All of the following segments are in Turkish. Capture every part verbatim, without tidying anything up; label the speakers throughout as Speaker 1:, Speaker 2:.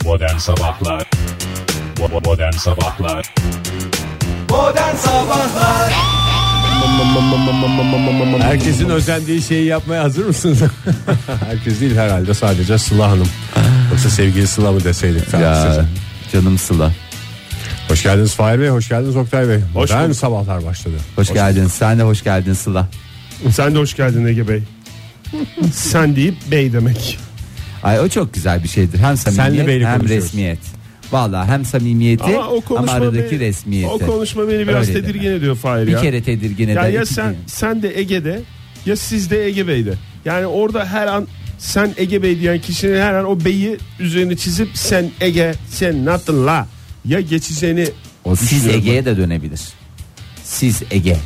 Speaker 1: Modern Sabahlar Modern Sabahlar
Speaker 2: Modern Sabahlar
Speaker 3: Herkesin özendiği şeyi yapmaya hazır mısınız? Herkes değil herhalde, sadece Sıla Hanım. Yoksa sevgili Sıla mı deseydik?
Speaker 4: Ya canım Sıla.
Speaker 3: Hoş geldiniz Fahir Bey, hoş geldiniz Oktay Bey.
Speaker 1: Hoş
Speaker 3: Modern
Speaker 1: bulduk.
Speaker 3: Sabahlar başladı.
Speaker 4: Hoş, hoş geldin. Sen de hoş geldin Sıla.
Speaker 1: Sen de hoş geldin Ege Bey. Sen deyip bey demek.
Speaker 4: Ay o çok güzel bir şeydir. Hem samimiyet hem resmiyet. Vallahi hem samimiyeti ama, ama aradaki
Speaker 1: beni,
Speaker 4: resmiyeti.
Speaker 1: O konuşma beni biraz
Speaker 4: Öyle
Speaker 1: tedirgin
Speaker 4: deme.
Speaker 1: ediyor Fahir
Speaker 4: bir
Speaker 1: ya.
Speaker 4: Bir kere tedirgin eder.
Speaker 1: Ya, ya
Speaker 4: iki
Speaker 1: sen
Speaker 4: kere.
Speaker 1: sen de Ege'de, ya siz de Ege Bey'de. Yani orada her an sen Ege Bey diyen kişinin her an o beyi üzerine çizip sen Ege, sen nasılsın la ya geçeceğini.
Speaker 4: O siz Ege'ye de dönebilir. Siz Ege.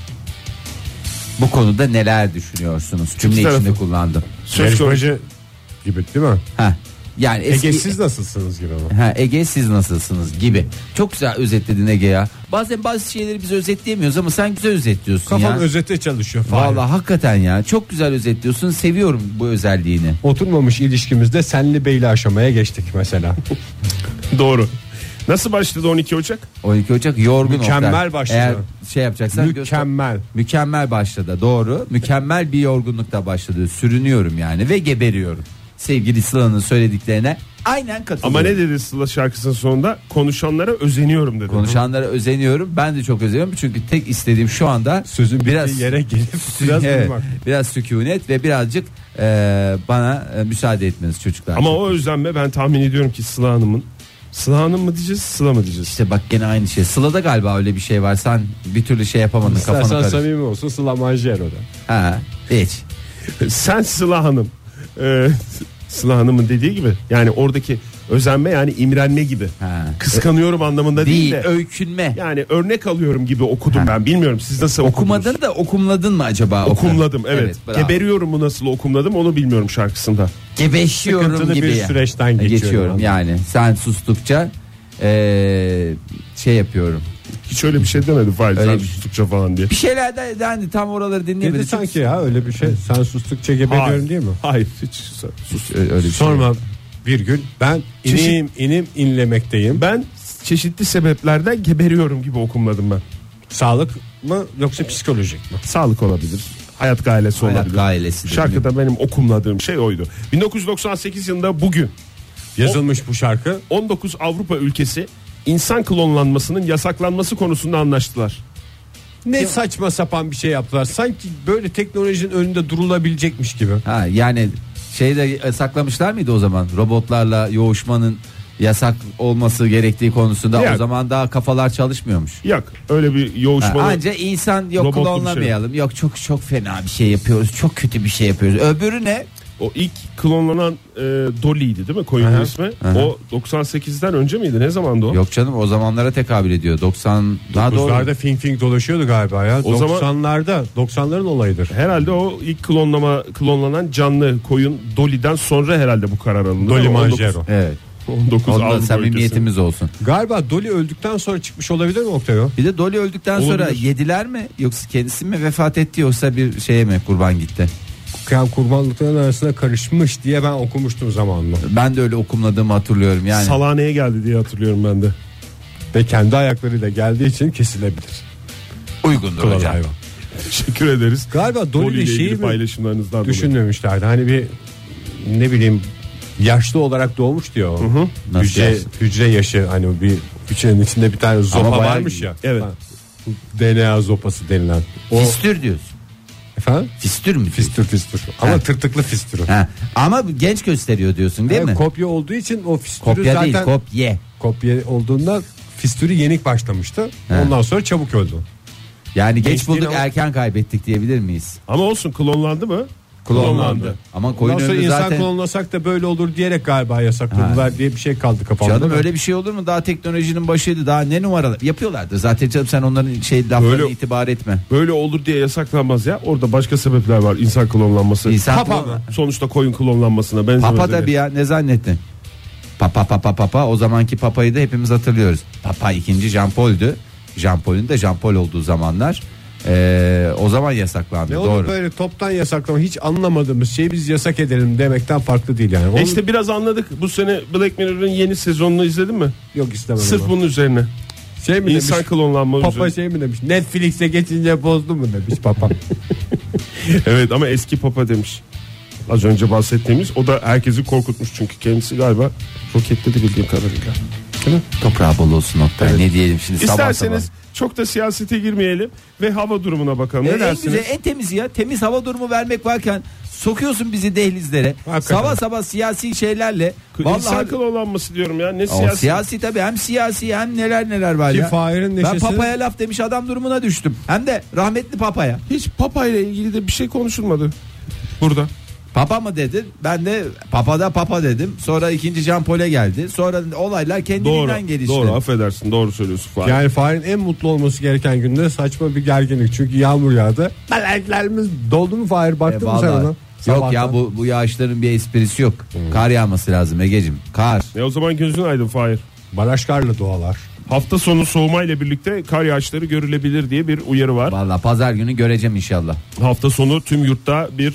Speaker 4: Bu konuda neler düşünüyorsunuz? Cümle
Speaker 1: tarafı.
Speaker 4: içinde kullandım.
Speaker 3: Yarışmacı gibi değil mi?
Speaker 4: Ha. Yani eski...
Speaker 3: Ege siz nasılsınız gibi ama.
Speaker 4: Ha, Ege siz nasılsınız gibi. Çok güzel özetledin Ege ya. Bazen bazı şeyleri biz özetleyemiyoruz ama sen güzel özetliyorsun.
Speaker 3: Kafam
Speaker 4: ya.
Speaker 3: özete çalışıyor. Fahir.
Speaker 4: Vallahi hakikaten ya. Çok güzel özetliyorsun. Seviyorum bu özelliğini.
Speaker 3: Oturmamış ilişkimizde senli beyli aşamaya geçtik mesela.
Speaker 1: Doğru. Nasıl başladı on iki Ocak?
Speaker 4: on iki Ocak yorgun.
Speaker 3: Mükemmel
Speaker 4: Oktay.
Speaker 3: başladı.
Speaker 4: Eğer şey yapacaksan
Speaker 3: Mükemmel.
Speaker 4: göster. Mükemmel başladı. Doğru. Mükemmel bir yorgunlukta başladı. Sürünüyorum yani ve geberiyorum. Sevgili Sıla'nın söylediklerine aynen katılıyorum.
Speaker 1: Ama ne dedi Sıla şarkısının sonunda? Konuşanlara özeniyorum dedi.
Speaker 4: Konuşanlara özeniyorum. Ben de çok özeniyorum. Çünkü tek istediğim şu anda
Speaker 3: Sözün
Speaker 4: biraz
Speaker 3: bittiği yere gelip biraz
Speaker 4: evet,
Speaker 3: durmak.
Speaker 4: biraz sükunet ve birazcık e, bana e, müsaade etmeniz çocuklar.
Speaker 1: Ama o özenme, ben tahmin ediyorum ki Sıla Hanım'ın. Sıla Hanım mı diyeceğiz, Sıla mı diyeceğiz?
Speaker 4: İşte bak gene aynı şey. Sıla'da galiba öyle bir şey var. Sen bir türlü şey yapamadın, kafanı
Speaker 3: İstersen
Speaker 4: karış.
Speaker 3: samimi olsun, Sıla Manjero'da.
Speaker 4: Ha, hiç.
Speaker 1: Sen Sıla Hanım. Ee, Sıla Hanım'ın dediği gibi. Yani oradaki özenme yani imrenme gibi.
Speaker 4: Ha.
Speaker 1: Kıskanıyorum anlamında değil,
Speaker 4: Değil,
Speaker 1: de.
Speaker 4: öykünme.
Speaker 1: Yani örnek alıyorum gibi okudum
Speaker 4: Ha.
Speaker 1: ben. Bilmiyorum siz nasıl
Speaker 4: Okumadın
Speaker 1: okudunuz?
Speaker 4: da okumladın mı acaba?
Speaker 1: Okumladım, evet.
Speaker 4: bravo.
Speaker 1: Geberiyorum mu nasıl okumladım onu bilmiyorum şarkısında.
Speaker 4: Gebeşiyorum
Speaker 3: Sıkıntılı
Speaker 4: gibi.
Speaker 3: bir
Speaker 4: ya.
Speaker 3: süreçten geçiyorum.
Speaker 4: Geçiyorum yani. Sen sustukça ee, şey yapıyorum.
Speaker 1: Hiç öyle bir şey demedi Fahir.
Speaker 4: Öyle
Speaker 1: Sen
Speaker 4: bir-
Speaker 1: sustukça falan diye.
Speaker 4: Bir şeyler de dendi, tam oraları dinleyemedim.
Speaker 3: Dedi sanki ya, öyle bir şey. Sen sustukça geberiyorum
Speaker 1: Hayır.
Speaker 3: değil mi?
Speaker 1: Hayır hiç sus.
Speaker 4: Öyle, öyle bir
Speaker 3: Sonra virgül ben
Speaker 1: Çeşit-
Speaker 3: inim inim inlemekteyim.
Speaker 1: Ben çeşitli sebeplerden geberiyorum gibi okumladım ben.
Speaker 3: Sağlık mı yoksa psikolojik mi?
Speaker 1: Sağlık olabilir. Hayat gailesi
Speaker 4: Hayat
Speaker 1: olabilir.
Speaker 4: gailesidir.
Speaker 1: Şarkıda benim okumladığım şey oydu. bin dokuz yüz doksan sekiz yılında bugün
Speaker 3: Yazılmış bu şarkı.
Speaker 1: on dokuz Avrupa ülkesi insan klonlanmasının yasaklanması konusunda anlaştılar.
Speaker 3: Ne saçma sapan bir şey yaptılar. Sanki böyle teknolojinin önünde durulabilecekmiş gibi.
Speaker 4: Ha, yani şeyde yasaklamışlar mıydı o zaman? Robotlarla yoğuşmanın yasak olması gerektiği konusunda
Speaker 1: Yok.
Speaker 4: o zaman daha kafalar çalışmıyormuş.
Speaker 1: Yok öyle bir
Speaker 4: Ha,
Speaker 1: yoğuşmalı.
Speaker 4: anca insan yok
Speaker 1: robotlu bir şey.
Speaker 4: klonlamayalım. Yok çok çok fena bir şey yapıyoruz. Çok kötü bir şey yapıyoruz. Öbürü ne?
Speaker 1: O ilk klonlanan e, Dolly'ydi değil mi koyunun
Speaker 3: Aha.
Speaker 1: ismi?
Speaker 4: Aha.
Speaker 1: O doksan sekizden önce miydi? Ne zamandı o?
Speaker 4: Yok canım, o zamanlara tekabül ediyor. doksan daha doğru.
Speaker 3: Dokuzlarda fing fing dolaşıyordu galiba ya.
Speaker 1: O zaman-
Speaker 3: doksanlarda doksanların olayıdır.
Speaker 1: Herhalde o ilk klonlama klonlanan canlı koyun Dolly'den sonra herhalde bu karar alındı.
Speaker 3: Dolly
Speaker 1: on dokuz
Speaker 3: Manjero.
Speaker 4: Evet.
Speaker 1: on dokuz
Speaker 4: Onunla
Speaker 1: Avrupa
Speaker 4: samimiyetimiz olsun.
Speaker 3: Galiba Dolly öldükten sonra çıkmış olabilir mi Oktay o?
Speaker 4: Bir de Dolly öldükten sonra
Speaker 1: Olabilir.
Speaker 4: yediler mi? Yoksa kendisi mi vefat etti, yoksa bir şeye mi kurban gitti?
Speaker 3: Yani kurbanlıkların arasında karışmış diye ben okumuştum zamanında.
Speaker 4: Ben de öyle okumladığımı hatırlıyorum yani.
Speaker 1: Salaneye geldi diye hatırlıyorum ben de.
Speaker 3: Ve kendi ayaklarıyla geldiği için kesilebilir.
Speaker 4: Uygundur
Speaker 3: Kral
Speaker 4: hocam.
Speaker 3: hayvan.
Speaker 1: Teşekkür ederiz.
Speaker 3: Galiba
Speaker 1: Dolly
Speaker 3: Dolly'de
Speaker 1: ile
Speaker 3: şeyi
Speaker 1: ilgili
Speaker 3: mi
Speaker 1: paylaşımlarınızdan dolayı.
Speaker 3: düşünmemişlerdi. Hani bir ne bileyim yaşlı olarak doğmuş diyor. o.
Speaker 4: Nasıl
Speaker 3: Hücre,
Speaker 4: yaşlı?
Speaker 3: hücre yaşı, hani bir hücrenin içinde bir tane zopa
Speaker 4: Ama bayağı-
Speaker 3: varmış ya.
Speaker 1: Evet.
Speaker 3: Ha, bu D N A zopası denilen. O,
Speaker 4: Fistür diyorsun.
Speaker 3: efendim?
Speaker 4: Fistür mü?
Speaker 3: Fistür fistür. Ama
Speaker 4: Ha.
Speaker 3: tırtıklı fistürü.
Speaker 4: Ha. Ama genç gösteriyor diyorsun değil
Speaker 3: Evet,
Speaker 4: mi?
Speaker 3: kopya olduğu için o fistürü
Speaker 4: Kopya
Speaker 3: zaten
Speaker 4: değil, kopye.
Speaker 3: kopya olduğunda fistürü yenik başlamıştı.
Speaker 4: He.
Speaker 3: Ondan sonra çabuk öldü.
Speaker 4: Yani geç
Speaker 3: Gençliğini
Speaker 4: bulduk
Speaker 3: al-
Speaker 4: erken kaybettik diyebilir miyiz?
Speaker 1: Ama olsun klonlandı mı?
Speaker 4: Klonlandı. Ama koyun
Speaker 3: Ondan sonra
Speaker 4: ömrü
Speaker 3: insan
Speaker 4: zaten...
Speaker 3: klonlasak da böyle olur diyerek galiba yasakladılar diye bir şey kaldı kafamda.
Speaker 4: Canım
Speaker 3: da.
Speaker 4: öyle bir şey olur mu? Daha teknolojinin başıydı. Daha ne numaralar yapıyorlardı. Zaten canım sen onların şey laflarına
Speaker 1: Öyle-
Speaker 4: itibar etme.
Speaker 1: Böyle olur diye yasaklanmaz ya. Orada başka sebepler var. İnsan klonlanması.
Speaker 4: İnsan
Speaker 1: Papa
Speaker 4: klon-
Speaker 1: mı? Sonuçta koyun klonlanmasına benzemez.
Speaker 4: Papa tabii ya, ne zannettin? Papa papa papa, o zamanki papayı da hepimiz hatırlıyoruz. Papa ikinci Jean Paul'dü. Jean Paul'ün de Jean Paul olduğu zamanlar Ee, o zaman yasaklandı.
Speaker 3: Ne
Speaker 4: Doğru.
Speaker 3: olur böyle toptan yasaklama, hiç anlamadığımız şeyi biz yasak edelim demekten farklı değil yani.
Speaker 1: E
Speaker 3: Onu...
Speaker 1: işte biraz anladık. Bu sene Black Mirror'ın yeni sezonunu izledin mi?
Speaker 3: Yok istemedim.
Speaker 1: Sırf
Speaker 3: ama.
Speaker 1: bunun üzerine.
Speaker 3: Şey mi
Speaker 1: İnsan
Speaker 3: demiş?
Speaker 1: klonlanma
Speaker 3: Papa
Speaker 1: üzerine.
Speaker 3: şey mi demiş? Netflix'e geçince bozdu mu demiş papa.
Speaker 1: Evet ama eski papa demiş. Az önce bahsettiğimiz, o da herkesi korkutmuş çünkü kendisi galiba roketledi bildiğim kadarıyla. Değil mi?
Speaker 4: Toprağı bol olsun Oktay.
Speaker 1: Evet.
Speaker 4: Ne diyelim şimdi sabah
Speaker 1: İsterseniz
Speaker 4: sabah.
Speaker 1: çok da siyasete girmeyelim ve hava durumuna bakalım. Ne
Speaker 4: E, en
Speaker 1: dersiniz?
Speaker 4: güzel, en temiz ya. Temiz hava durumu vermek varken sokuyorsun bizi dehlizlere.
Speaker 3: Hakikaten.
Speaker 4: Sabah sabah siyasi şeylerle.
Speaker 1: İnsan
Speaker 4: Vallahi
Speaker 1: klonlanması diyorum ya. Ne
Speaker 4: o
Speaker 1: siyasi?
Speaker 4: siyasi tabii, hem siyasi hem neler neler var
Speaker 3: Ki
Speaker 4: ya.
Speaker 3: Fahir'in
Speaker 4: Ben
Speaker 3: neşesi-
Speaker 4: papaya laf demiş adam durumuna düştüm. Hem de rahmetli papaya.
Speaker 1: Hiç Papa ile ilgili de bir şey konuşulmadı burada.
Speaker 4: Papa mı dedin? Ben de papada papa dedim. Sonra ikinci Jean Paul'e geldi. Sonra olaylar kendiliğinden
Speaker 1: Doğru.
Speaker 4: gelişti.
Speaker 1: Doğru, affedersin. Doğru söylüyorsun Fahir.
Speaker 3: Yani Fahir'in en mutlu olması gereken günde saçma bir gerginlik. Çünkü yağmur yağdı. Meleklerimiz doldu mu Fahir? Baktın
Speaker 4: E,
Speaker 3: mı sen
Speaker 4: vallahi.
Speaker 3: ona?
Speaker 4: Yok
Speaker 3: Sabahtan.
Speaker 4: ya, bu bu yağışların bir esprisi yok. Kar yağması lazım Egeciğim. Kar.
Speaker 1: E o zaman gözün aydın Fahir.
Speaker 3: Baraj karlı doğalar.
Speaker 1: Hafta sonu soğumayla birlikte kar yağışları görülebilir diye bir uyarı var.
Speaker 4: Vallahi pazar günü göreceğim inşallah.
Speaker 1: Hafta sonu tüm yurtta bir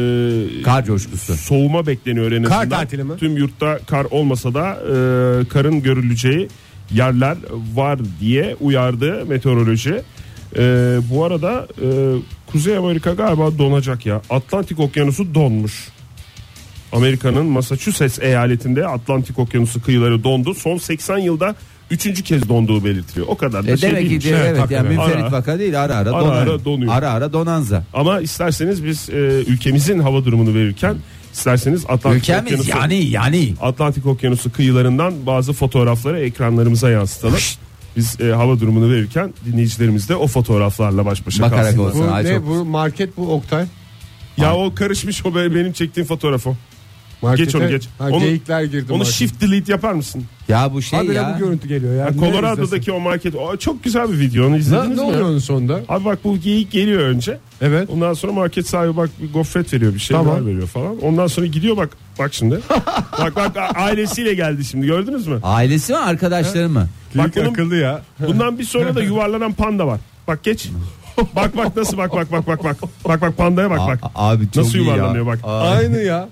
Speaker 1: e,
Speaker 4: Kar coşkusu.
Speaker 1: soğuma bekleniyor en azından.
Speaker 3: Kar tatili mi?
Speaker 1: Tüm yurtta kar olmasa da e, karın görüleceği yerler var diye uyardı meteoroloji. E, bu arada e, Kuzey Amerika galiba donacak ya. Atlantik Okyanusu donmuş. Amerika'nın Massachusetts eyaletinde Atlantik Okyanusu kıyıları dondu. Son seksen yılda üçüncü kez donduğu belirtiliyor. O kadar da
Speaker 4: E
Speaker 1: şey
Speaker 4: demek ki
Speaker 1: değilmiş.
Speaker 4: evet, evet
Speaker 3: hakikaten.
Speaker 4: yani münferit
Speaker 1: Ara-
Speaker 4: vaka değil, ara ara,
Speaker 1: ara
Speaker 4: donar.
Speaker 1: ara donuyor.
Speaker 4: Ara ara donanza.
Speaker 1: Ama isterseniz biz e, ülkemizin hava durumunu verirken isterseniz Atlantik
Speaker 4: Ülkemiz
Speaker 1: Okyanusu,
Speaker 4: yani yani.
Speaker 1: Atlantik Okyanusu kıyılarından bazı fotoğrafları ekranlarımıza yansıtalım. Biz e, hava durumunu verirken dinleyicilerimiz de o fotoğraflarla baş başa
Speaker 4: Bakarak
Speaker 1: kalsınlar.
Speaker 4: olsun.
Speaker 3: Bu
Speaker 4: Ay,
Speaker 3: ne
Speaker 4: çok-
Speaker 3: bu market bu Oktay?
Speaker 1: Ya o karışmış, o benim çektiğim fotoğraf o.
Speaker 3: Markete,
Speaker 1: Geç onu, geç.
Speaker 3: Ha,
Speaker 1: Onu-
Speaker 3: geyikler girdi.
Speaker 1: Onu
Speaker 3: markete.
Speaker 1: shift delete yapar mısın?
Speaker 4: Ya bu şey
Speaker 3: Habire
Speaker 4: ya.
Speaker 3: bu görüntü geliyor ya.
Speaker 1: Ya
Speaker 3: Ne
Speaker 1: Colorado'daki
Speaker 3: izlesin?
Speaker 1: o market, o çok güzel bir video, onu izlediniz
Speaker 3: Ne,
Speaker 1: mi?
Speaker 3: ne oluyor onun sonunda?
Speaker 1: Abi bak, bu geyik geliyor önce.
Speaker 3: Evet.
Speaker 1: Ondan sonra market sahibi bak bir gofret veriyor, bir şeyler
Speaker 3: Tamam.
Speaker 1: veriyor falan. Ondan sonra gidiyor bak bak şimdi. bak bak ailesiyle geldi şimdi, gördünüz mü?
Speaker 4: Ailesi mi, arkadaşları mı?
Speaker 1: Bak
Speaker 3: Geyik
Speaker 1: bunun-
Speaker 3: akıllı ya.
Speaker 1: Bundan bir sonra da yuvarlanan panda var. Bak geç. Bak bak nasıl, bak bak bak bak bak. Bak bak pandaya bak bak.
Speaker 4: A- abi çok
Speaker 1: Nasıl
Speaker 4: iyi ya.
Speaker 1: yuvarlanıyor bak.
Speaker 4: Aa.
Speaker 3: Aynı ya.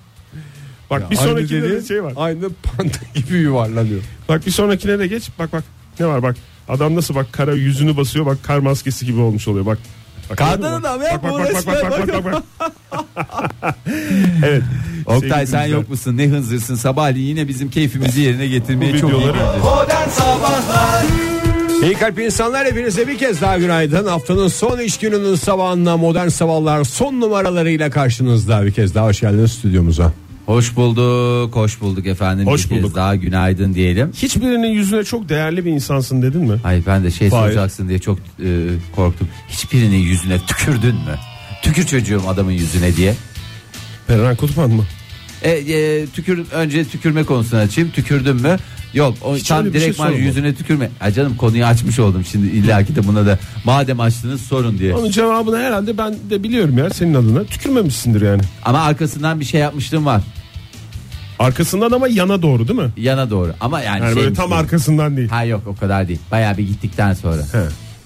Speaker 1: Bak bir
Speaker 3: Aynı
Speaker 1: sonrakinde de
Speaker 3: dediğin,
Speaker 1: şey var.
Speaker 3: Aynı panda gibi yuvarlanıyor.
Speaker 1: Bak bir sonrakine de geç. Bak bak. Ne var bak. Adam nasıl bak, kara yüzünü basıyor, bak kar maskesi gibi olmuş oluyor bak. Bak,
Speaker 4: Kadın
Speaker 1: gördün mü?
Speaker 4: adam ya,
Speaker 1: Bak, bak,
Speaker 4: bu
Speaker 1: bak, bak,
Speaker 4: resmen
Speaker 1: bak, bak, bak, bak. Evet.
Speaker 4: Oktay
Speaker 1: Sevgili
Speaker 4: sen
Speaker 1: dinleyiciler,
Speaker 4: yok musun, ne hınzırsın, sabahleyin yine bizim keyfimizi yerine getirmeye
Speaker 1: Bu
Speaker 4: çok iyi
Speaker 1: videoları-
Speaker 4: geldi.
Speaker 2: Modern Sabahlar
Speaker 3: İyi kalp insanlar, hepinize bir kez daha günaydın. Haftanın son iş gününün sabahında Modern Sabahlar son numaralarıyla karşınızda. Bir kez daha hoş geldiniz stüdyomuza.
Speaker 4: Hoş bulduk, hoş bulduk efendim.
Speaker 1: Hoş
Speaker 4: bir kez
Speaker 1: bulduk.
Speaker 4: daha günaydın diyelim.
Speaker 1: Hiçbirinin yüzüne çok değerli bir insansın dedin mi?
Speaker 4: Hayır, ben de şey
Speaker 1: Hayır.
Speaker 4: soracaksın diye çok e, korktum. Hiçbirinin yüzüne tükürdün mü? Tükür çocuğum adamın yüzüne diye.
Speaker 1: Perihan Kutman mı?
Speaker 4: E, e, tükür önce tükürme konusunu açayım. Tükürdün mü? Yok, o
Speaker 1: Hiç
Speaker 4: tam
Speaker 1: öyle bir şey
Speaker 4: direkt
Speaker 1: sormadım.
Speaker 4: yüzüne tükürme. Ha canım, konuyu açmış oldum şimdi, illaki de buna da madem açtınız sorun diye.
Speaker 1: Onun cevabını herhalde ben de biliyorum ya, senin adına. Tükürmemişsindir yani.
Speaker 4: Ama arkasından bir şey yapmışlığım var.
Speaker 1: Arkasından ama yana doğru değil mi?
Speaker 4: Yana doğru. Ama yani,
Speaker 1: Yani böyle
Speaker 4: şeymiş
Speaker 1: tam
Speaker 4: gibi.
Speaker 1: arkasından değil.
Speaker 4: Ha yok, o kadar değil. Bayağı bir gittikten sonra.
Speaker 1: He.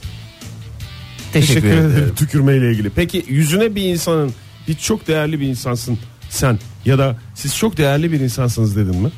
Speaker 4: Teşekkür,
Speaker 1: Teşekkür
Speaker 4: ederim.
Speaker 1: ederim tükürmeyle ilgili. Peki yüzüne bir insanın, hiç çok değerli bir insansın sen ya da siz çok değerli bir insansınız dedin mi?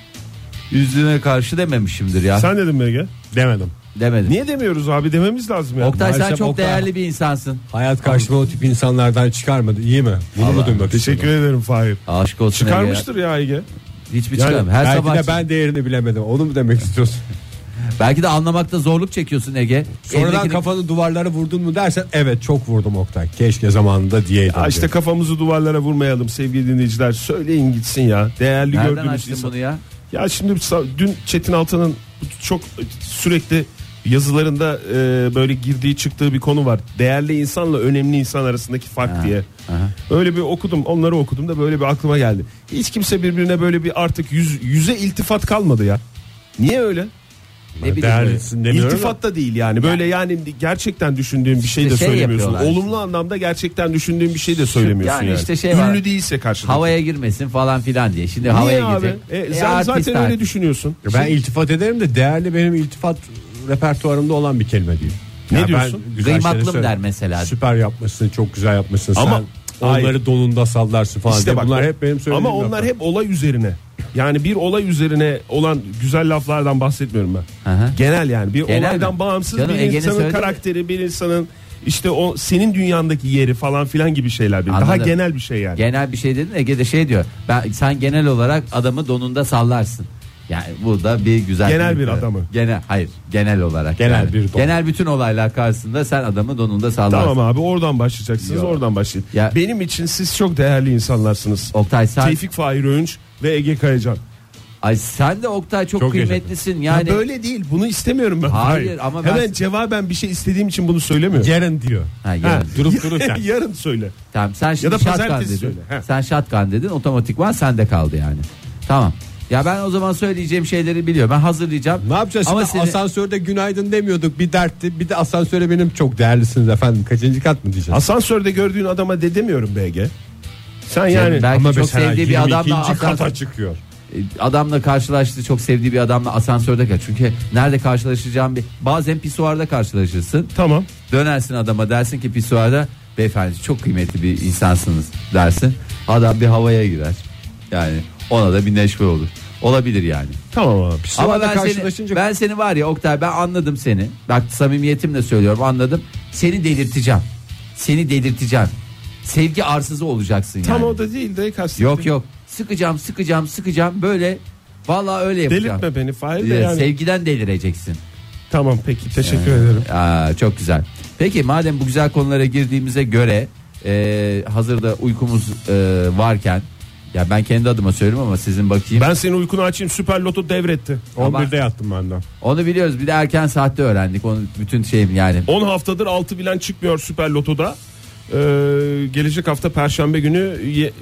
Speaker 4: Yüzüne karşı dememişimdir ya.
Speaker 1: Sen dedin mi Ege?
Speaker 3: Demedim.
Speaker 4: Demedim.
Speaker 1: Niye demiyoruz abi, dememiz lazım ya.
Speaker 4: Oktay sen
Speaker 3: Maalesef
Speaker 4: çok
Speaker 3: Oktay.
Speaker 4: değerli bir insansın.
Speaker 3: Hayat karşıma o tip insanlardan çıkarmadı. İyi mi? Bunu mu
Speaker 4: Allah.
Speaker 3: duymak
Speaker 1: Teşekkür
Speaker 3: istedim?
Speaker 1: ederim Fahir.
Speaker 4: Aşk olsun.
Speaker 1: Çıkarmıştır ya Ege.
Speaker 4: Ege. Hiçbir
Speaker 1: Yani
Speaker 4: çıkarım. Her
Speaker 3: Belki
Speaker 4: sabah.
Speaker 3: de ben değerini bilemedim. Onu mu demek istiyorsun?
Speaker 4: Belki de anlamakta zorluk çekiyorsun Ege.
Speaker 3: Sonradan
Speaker 4: Eldekini-
Speaker 3: kafanı duvarlara vurdun mu dersen evet çok vurdum Oktay. Keşke zamanında diyeydim.
Speaker 1: Ya işte kafamızı duvarlara vurmayalım sevgili dinleyiciler. Söyleyin gitsin ya. Değerli
Speaker 4: Nereden
Speaker 1: gördüğünüz
Speaker 4: açtın
Speaker 1: insan.
Speaker 4: bunu ya?
Speaker 1: Ya şimdi sa- dün Çetin Altan'ın çok sürekli yazılarında e, böyle girdiği çıktığı bir konu var. Değerli insanla önemli insan arasındaki fark
Speaker 4: Ha,
Speaker 1: diye.
Speaker 4: aha.
Speaker 1: Öyle bir okudum, onları okudum da böyle bir aklıma geldi. Hiç kimse birbirine böyle bir artık yüz, yüze iltifat kalmadı ya. Niye öyle?
Speaker 4: Ne bileyim.
Speaker 3: Değerlisin demiyorum da.
Speaker 1: İltifat da değil yani. Böyle yani gerçekten düşündüğün bir şey de
Speaker 4: İşte şey
Speaker 1: söylemiyorsun.
Speaker 4: yapıyorlar.
Speaker 1: Olumlu anlamda gerçekten düşündüğün bir şey de söylemiyorsun
Speaker 4: Yani
Speaker 1: yani.
Speaker 4: işte şey
Speaker 1: Ünlü
Speaker 4: var.
Speaker 1: değilse karşında.
Speaker 4: Havaya girmesin falan filan diye. Şimdi
Speaker 1: Niye
Speaker 4: havaya
Speaker 1: abi?
Speaker 4: girecek.
Speaker 1: E,
Speaker 4: E,
Speaker 1: sen
Speaker 4: artist
Speaker 1: zaten öyle
Speaker 4: artist.
Speaker 1: düşünüyorsun.
Speaker 3: Ben iltifat ederim de değerli benim iltifat repertuarımda olan bir kelime değil.
Speaker 1: Ne
Speaker 3: Ya
Speaker 1: diyorsun?
Speaker 3: ben güzel
Speaker 4: Kıymaklı
Speaker 3: şeyler
Speaker 4: mı der
Speaker 3: söylerim.
Speaker 4: mesela?
Speaker 3: Süper yapmışsın, çok güzel yapmışsın.
Speaker 1: Ama-
Speaker 3: Sen onları
Speaker 1: Hayır.
Speaker 3: donunda sallarsın falan
Speaker 1: İşte
Speaker 3: diye.
Speaker 1: bak,
Speaker 3: Bunlar hep benim söylediğim
Speaker 1: ama onlar
Speaker 3: laflar.
Speaker 1: hep olay üzerine. Yani bir olay üzerine olan güzel laflardan bahsetmiyorum ben.
Speaker 4: Hı hı.
Speaker 1: Genel yani bir
Speaker 4: Genel
Speaker 1: olaydan
Speaker 4: mi?
Speaker 1: bağımsız
Speaker 4: Canım,
Speaker 1: bir
Speaker 4: Ege'nin
Speaker 1: insanın
Speaker 4: söyledi.
Speaker 1: karakteri, bir insanın işte o senin dünyandaki yeri falan filan gibi şeyler. Daha
Speaker 4: Anladım.
Speaker 1: genel bir şey yani.
Speaker 4: Genel bir şey dedin, Ege de şey diyor. Ben sen genel olarak adamı donunda sallarsın. Yani bu da bir güzel.
Speaker 1: Genel bir adamı.
Speaker 4: Genel hayır, genel olarak.
Speaker 3: Genel
Speaker 4: yani.
Speaker 3: bir don.
Speaker 4: Genel bütün olaylar karşısında sen adamı donunda sallarsın.
Speaker 1: Tamam abi, oradan başlayacaksınız,
Speaker 4: Yok.
Speaker 1: oradan başlayın.
Speaker 4: Ya-
Speaker 1: Benim için siz çok değerli insanlarsınız.
Speaker 4: Oktay sen
Speaker 1: Tevfik Fahir Öğünç ve Ege Kayacan.
Speaker 4: ay sen de Oktay çok,
Speaker 3: Çok
Speaker 4: kıymetlisin yani.
Speaker 1: Ya böyle değil, bunu istemiyorum ben.
Speaker 4: Hayır, ama ben-
Speaker 1: Hemen cevaben bir şey istediğim için bunu söylemiyorum.
Speaker 3: Yarın diyor.
Speaker 4: Ha, yarın.
Speaker 1: Ha,
Speaker 3: Durup dururken.
Speaker 1: Yarın söyle.
Speaker 4: Tamam, sen şimdi
Speaker 1: da
Speaker 4: shotgun
Speaker 1: pazartesi
Speaker 4: dedin.
Speaker 1: söyle. He.
Speaker 4: Sen shotgun dedin, otomatikman sende kaldı yani. Tamam. Ya ben o zaman söyleyeceğim şeyleri biliyorum. Ben hazırlayacağım.
Speaker 3: Ne yapacağız
Speaker 4: Ama
Speaker 3: şimdi,
Speaker 4: seni-
Speaker 3: asansörde günaydın demiyorduk, bir dertti. Bir de asansöre benim çok değerlisiniz efendim. Kaçıncı kat mı diyeceğiz?
Speaker 1: Asansörde gördüğün adama de demiyorum B G. Sen
Speaker 4: Canım,
Speaker 1: yani
Speaker 4: belki
Speaker 3: Ama
Speaker 4: çok
Speaker 3: mesela
Speaker 4: sevdiği bir adamla
Speaker 3: yirmi ikinci
Speaker 4: asansör-
Speaker 3: kata çıkıyor.
Speaker 4: adamla karşılaştı, çok sevdiği bir adamla asansörde kal. Çünkü nerede karşılaşacağım bir bazen pisuarda karşılaşırsın.
Speaker 1: tamam.
Speaker 4: Dönersin adama, dersin ki pisuarda beyefendi çok kıymetli bir insansınız dersin. Adam bir havaya girer. Yani ona da bir neşve olur. Olabilir yani.
Speaker 1: Tamam abi.
Speaker 4: Ama
Speaker 3: Pisuarda
Speaker 4: ben seni,
Speaker 3: karşılaşınca-
Speaker 4: ben seni var ya Oktay, ben anladım seni. Bak samimiyetimle söylüyorum, anladım. Seni delirteceğim. Seni delirteceğim. Sevgi arsızı olacaksın yani.
Speaker 1: Tam o da değil de kastettim.
Speaker 4: Yok yok. Sıkacağım, sıkacağım, sıkacağım böyle. Vallahi öyle yapacağım.
Speaker 1: Delirtme beni Fahir de
Speaker 4: Ee,
Speaker 1: yani.
Speaker 4: Sevgiden delireceksin.
Speaker 1: Tamam peki, teşekkür ederim.
Speaker 4: Aa, çok güzel. Peki madem bu güzel konulara girdiğimize göre e, hazırda uykumuz e, varken, ya ben kendi adıma söylüyorum ama sizin bakayım.
Speaker 1: Ben senin uykunu açayım, Süper Loto devretti.
Speaker 4: Ama-
Speaker 3: on birde yattım ben de.
Speaker 4: Onu biliyoruz. Bir de erken saatte öğrendik. Onu bütün şeyim yani.
Speaker 1: on haftadır altı bilen çıkmıyor Süper Loto'da. Ee, gelecek hafta Perşembe günü ye-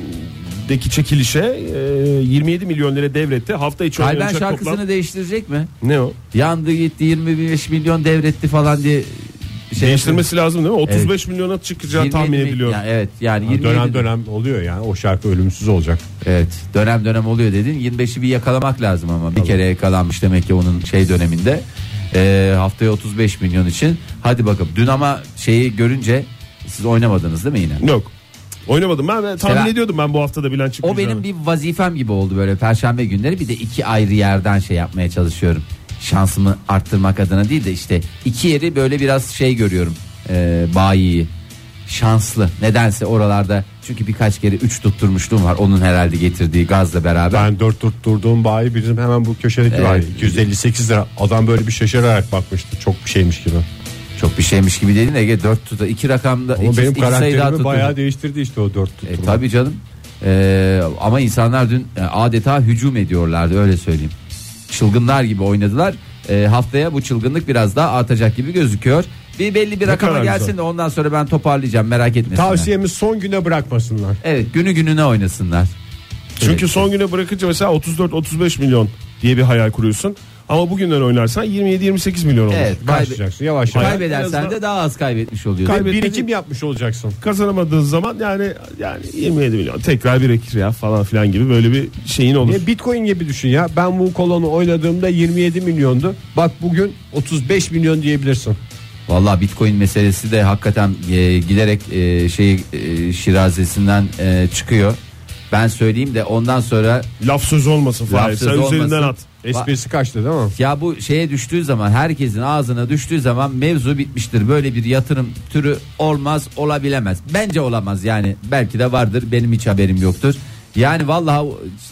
Speaker 1: deki çekilişe e, yirmi yedi milyon lira devretti. Hafta içi
Speaker 4: Kalben
Speaker 1: oynanacak
Speaker 4: şarkısını
Speaker 1: toplam.
Speaker 4: değiştirecek mi?
Speaker 1: Ne o?
Speaker 4: Yandı gitti yirmi beş milyon devretti falan diye şey
Speaker 1: Değiştirmesi lazım değil mi? otuz beş
Speaker 4: Evet.
Speaker 1: milyona çıkacağı
Speaker 4: yirmi yedi
Speaker 1: tahmin
Speaker 4: mi-
Speaker 1: ediliyor.
Speaker 4: Yani evet yani yirmi
Speaker 3: Dönem
Speaker 4: yedi
Speaker 3: dönem oluyor yani, o şarkı ölümsüz olacak.
Speaker 4: Evet, dönem dönem oluyor dedin. yirmi beşi bir yakalamak lazım ama bir kere yakalanmış demek ki onun şey döneminde. Ee, haftaya otuz beş milyon için. Hadi bakalım. Dün ama şeyi görünce siz oynamadınız değil mi yine?
Speaker 1: Yok. Oynamadım ben, ben tahmin
Speaker 4: ben-
Speaker 1: ediyordum ben bu hafta da bilen
Speaker 4: O
Speaker 1: çıkmayacağını.
Speaker 4: benim bir vazifem gibi oldu böyle perşembe günleri. Bir de iki ayrı yerden şey yapmaya çalışıyorum. Şansımı arttırmak adına değil de işte iki yeri böyle biraz şey görüyorum. Ee, bayi şanslı. Nedense oralarda, çünkü birkaç kere üç tutturmuşluğum var. Onun herhalde getirdiği gazla beraber.
Speaker 3: Ben dört tutturduğum bayi bizim hemen bu köşedeki
Speaker 4: Evet.
Speaker 3: bayi. iki yüz elli sekiz lira. Adam böyle bir şaşırarak bakmıştı. Çok bir şeymiş gibi.
Speaker 4: Çok bir şeymiş gibi dedin Ege, dört tuta iki rakamda
Speaker 3: Ama
Speaker 4: iki,
Speaker 3: benim
Speaker 4: iki sayı daha
Speaker 3: karakterimi
Speaker 4: tutturdu.
Speaker 3: bayağı değiştirdi işte o dört
Speaker 4: E,
Speaker 3: tutturma.
Speaker 4: tabii canım. Ee, ama insanlar dün e, adeta hücum ediyorlardı, öyle söyleyeyim. Çılgınlar gibi oynadılar. Ee, haftaya bu çılgınlık biraz daha artacak gibi gözüküyor. Bir belli bir
Speaker 1: Ne
Speaker 4: rakama
Speaker 1: kadar
Speaker 4: gelsin
Speaker 1: güzel.
Speaker 4: de ondan sonra ben toparlayacağım, merak etmesinler.
Speaker 3: Tavsiyemiz son güne bırakmasınlar.
Speaker 4: Evet, günü gününe oynasınlar.
Speaker 1: Çünkü
Speaker 4: Evet.
Speaker 1: son güne bırakınca mesela otuz dört otuz beş milyon diye bir hayal kuruyorsun. Ama bugünden oynarsan yirmi yedi yirmi sekiz milyon olur.
Speaker 4: Evet, kaybe-
Speaker 3: Başlayacaksın yavaş yavaş.
Speaker 4: kaybedersen
Speaker 1: En azından-
Speaker 4: de daha az kaybetmiş oluyorsun.
Speaker 1: Kaybetmedi-
Speaker 3: Birikim yapmış olacaksın.
Speaker 1: Kazanamadığın zaman yani yani yirmi yedi milyon tekrar birikir ya falan filan gibi böyle bir şeyin olur.
Speaker 3: Niye Bitcoin gibi düşün ya. Ben bu kolonu oynadığımda yirmi yedi milyondu. Bak bugün otuz beş milyon diyebilirsin.
Speaker 4: Vallahi Bitcoin meselesi de hakikaten e, giderek e, şey e, şirazesinden e, çıkıyor. Ben söyleyeyim de ondan sonra
Speaker 1: Laf sözü olmasın
Speaker 4: Laf
Speaker 1: Fahir. Sen
Speaker 4: sözü
Speaker 1: üzerinden
Speaker 4: olmasın.
Speaker 1: at.
Speaker 3: Esprisi kaçtı değil mi?
Speaker 4: ya bu şeye düştüğü zaman, herkesin ağzına düştüğü zaman mevzu bitmiştir. Böyle bir yatırım türü olmaz, olabilemez. Bence olamaz yani. Belki de vardır, benim hiç haberim yoktur. Yani vallahi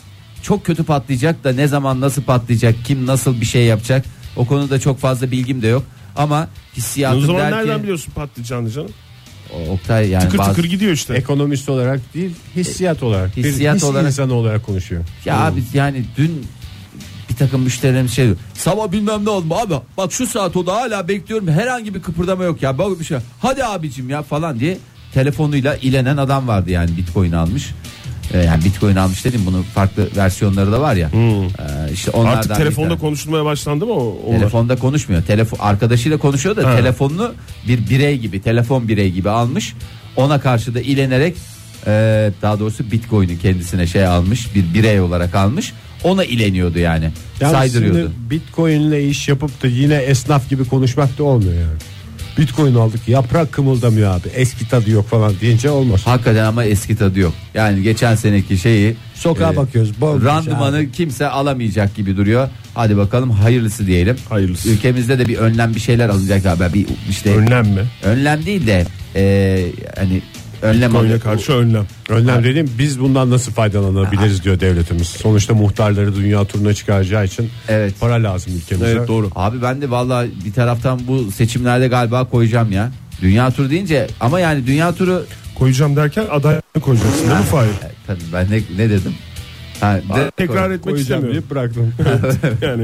Speaker 4: çok kötü patlayacak da ne zaman nasıl patlayacak, kim nasıl bir şey yapacak, o konuda çok fazla bilgim de yok. Ama hissiyatım
Speaker 1: O zaman
Speaker 4: der
Speaker 1: nereden
Speaker 4: ki,
Speaker 1: biliyorsun patlayacağını canım?
Speaker 4: O- Oktay yani
Speaker 1: Tıkır
Speaker 4: bazı-
Speaker 1: tıkır gidiyor işte.
Speaker 3: Ekonomist olarak değil, hissiyat olarak.
Speaker 4: Hissiyat
Speaker 3: bir his
Speaker 4: olarak-
Speaker 3: insanı olarak konuşuyor.
Speaker 4: Ya abi yani dün bir takım müşterilerimiz şey diyor. Sabah bilmem ne oldu abi. Bak şu saat oldu, hala bekliyorum. Herhangi bir kıpırdama yok ya. Bak bir şey. Hadi abicim ya falan diye telefonuyla ilenen adam vardı yani, Bitcoin almış. Ee, yani Bitcoin almış dedim, bunun farklı versiyonları da var ya. Ee, işte onlardan
Speaker 1: Artık
Speaker 4: bir
Speaker 1: telefonda
Speaker 4: tane.
Speaker 1: konuşulmaya başlandı mı o? onlar?
Speaker 4: Telefonda konuşmuyor. Telefon arkadaşıyla konuşuyor da
Speaker 1: Ha.
Speaker 4: telefonunu bir birey gibi, telefon birey gibi almış. Ona karşı da ilenerek e, daha doğrusu Bitcoin'i kendisine şey almış, bir birey olarak almış. Ona ileniyordu yani.
Speaker 3: Yani
Speaker 4: Saydırıyordu.
Speaker 3: şimdi Bitcoin'le iş yapıp da yine esnaf gibi konuşmak da olmuyor yani. Bitcoin aldık, yaprak kımıldamıyor abi, eski tadı yok falan deyince olmaz.
Speaker 4: Hakikaten ama eski tadı yok. Yani geçen seneki şeyi
Speaker 3: Sokağa
Speaker 4: e,
Speaker 3: bakıyoruz, bol
Speaker 4: randımanı
Speaker 3: abi.
Speaker 4: kimse alamayacak gibi duruyor. Hadi bakalım hayırlısı diyelim.
Speaker 1: Hayırlısı.
Speaker 4: Ülkemizde de bir önlem bir şeyler alınacak abi. Bir işte
Speaker 1: Önlem mi?
Speaker 4: önlem değil de e, hani önlem
Speaker 1: Bitcoin'e
Speaker 4: alın-
Speaker 1: karşı önlem.
Speaker 3: Önlem dediğim, biz bundan nasıl faydalanabiliriz diyor devletimiz. Sonuçta muhtarları dünya turuna çıkaracağı için
Speaker 4: Evet.
Speaker 3: para lazım ülkemize.
Speaker 1: Evet, doğru.
Speaker 4: Abi ben de vallahi bir taraftan bu seçimlerde galiba koyacağım ya. Dünya turu deyince ama yani dünya turu
Speaker 1: Koyacağım derken adayını koyacaksın değil mi Fahir?
Speaker 4: E, tabii ben ne, ne dedim? Ha, de-
Speaker 1: Tekrar etmek
Speaker 3: Koyacağım
Speaker 1: istemiyorum.
Speaker 3: deyip bıraktım.
Speaker 1: Yani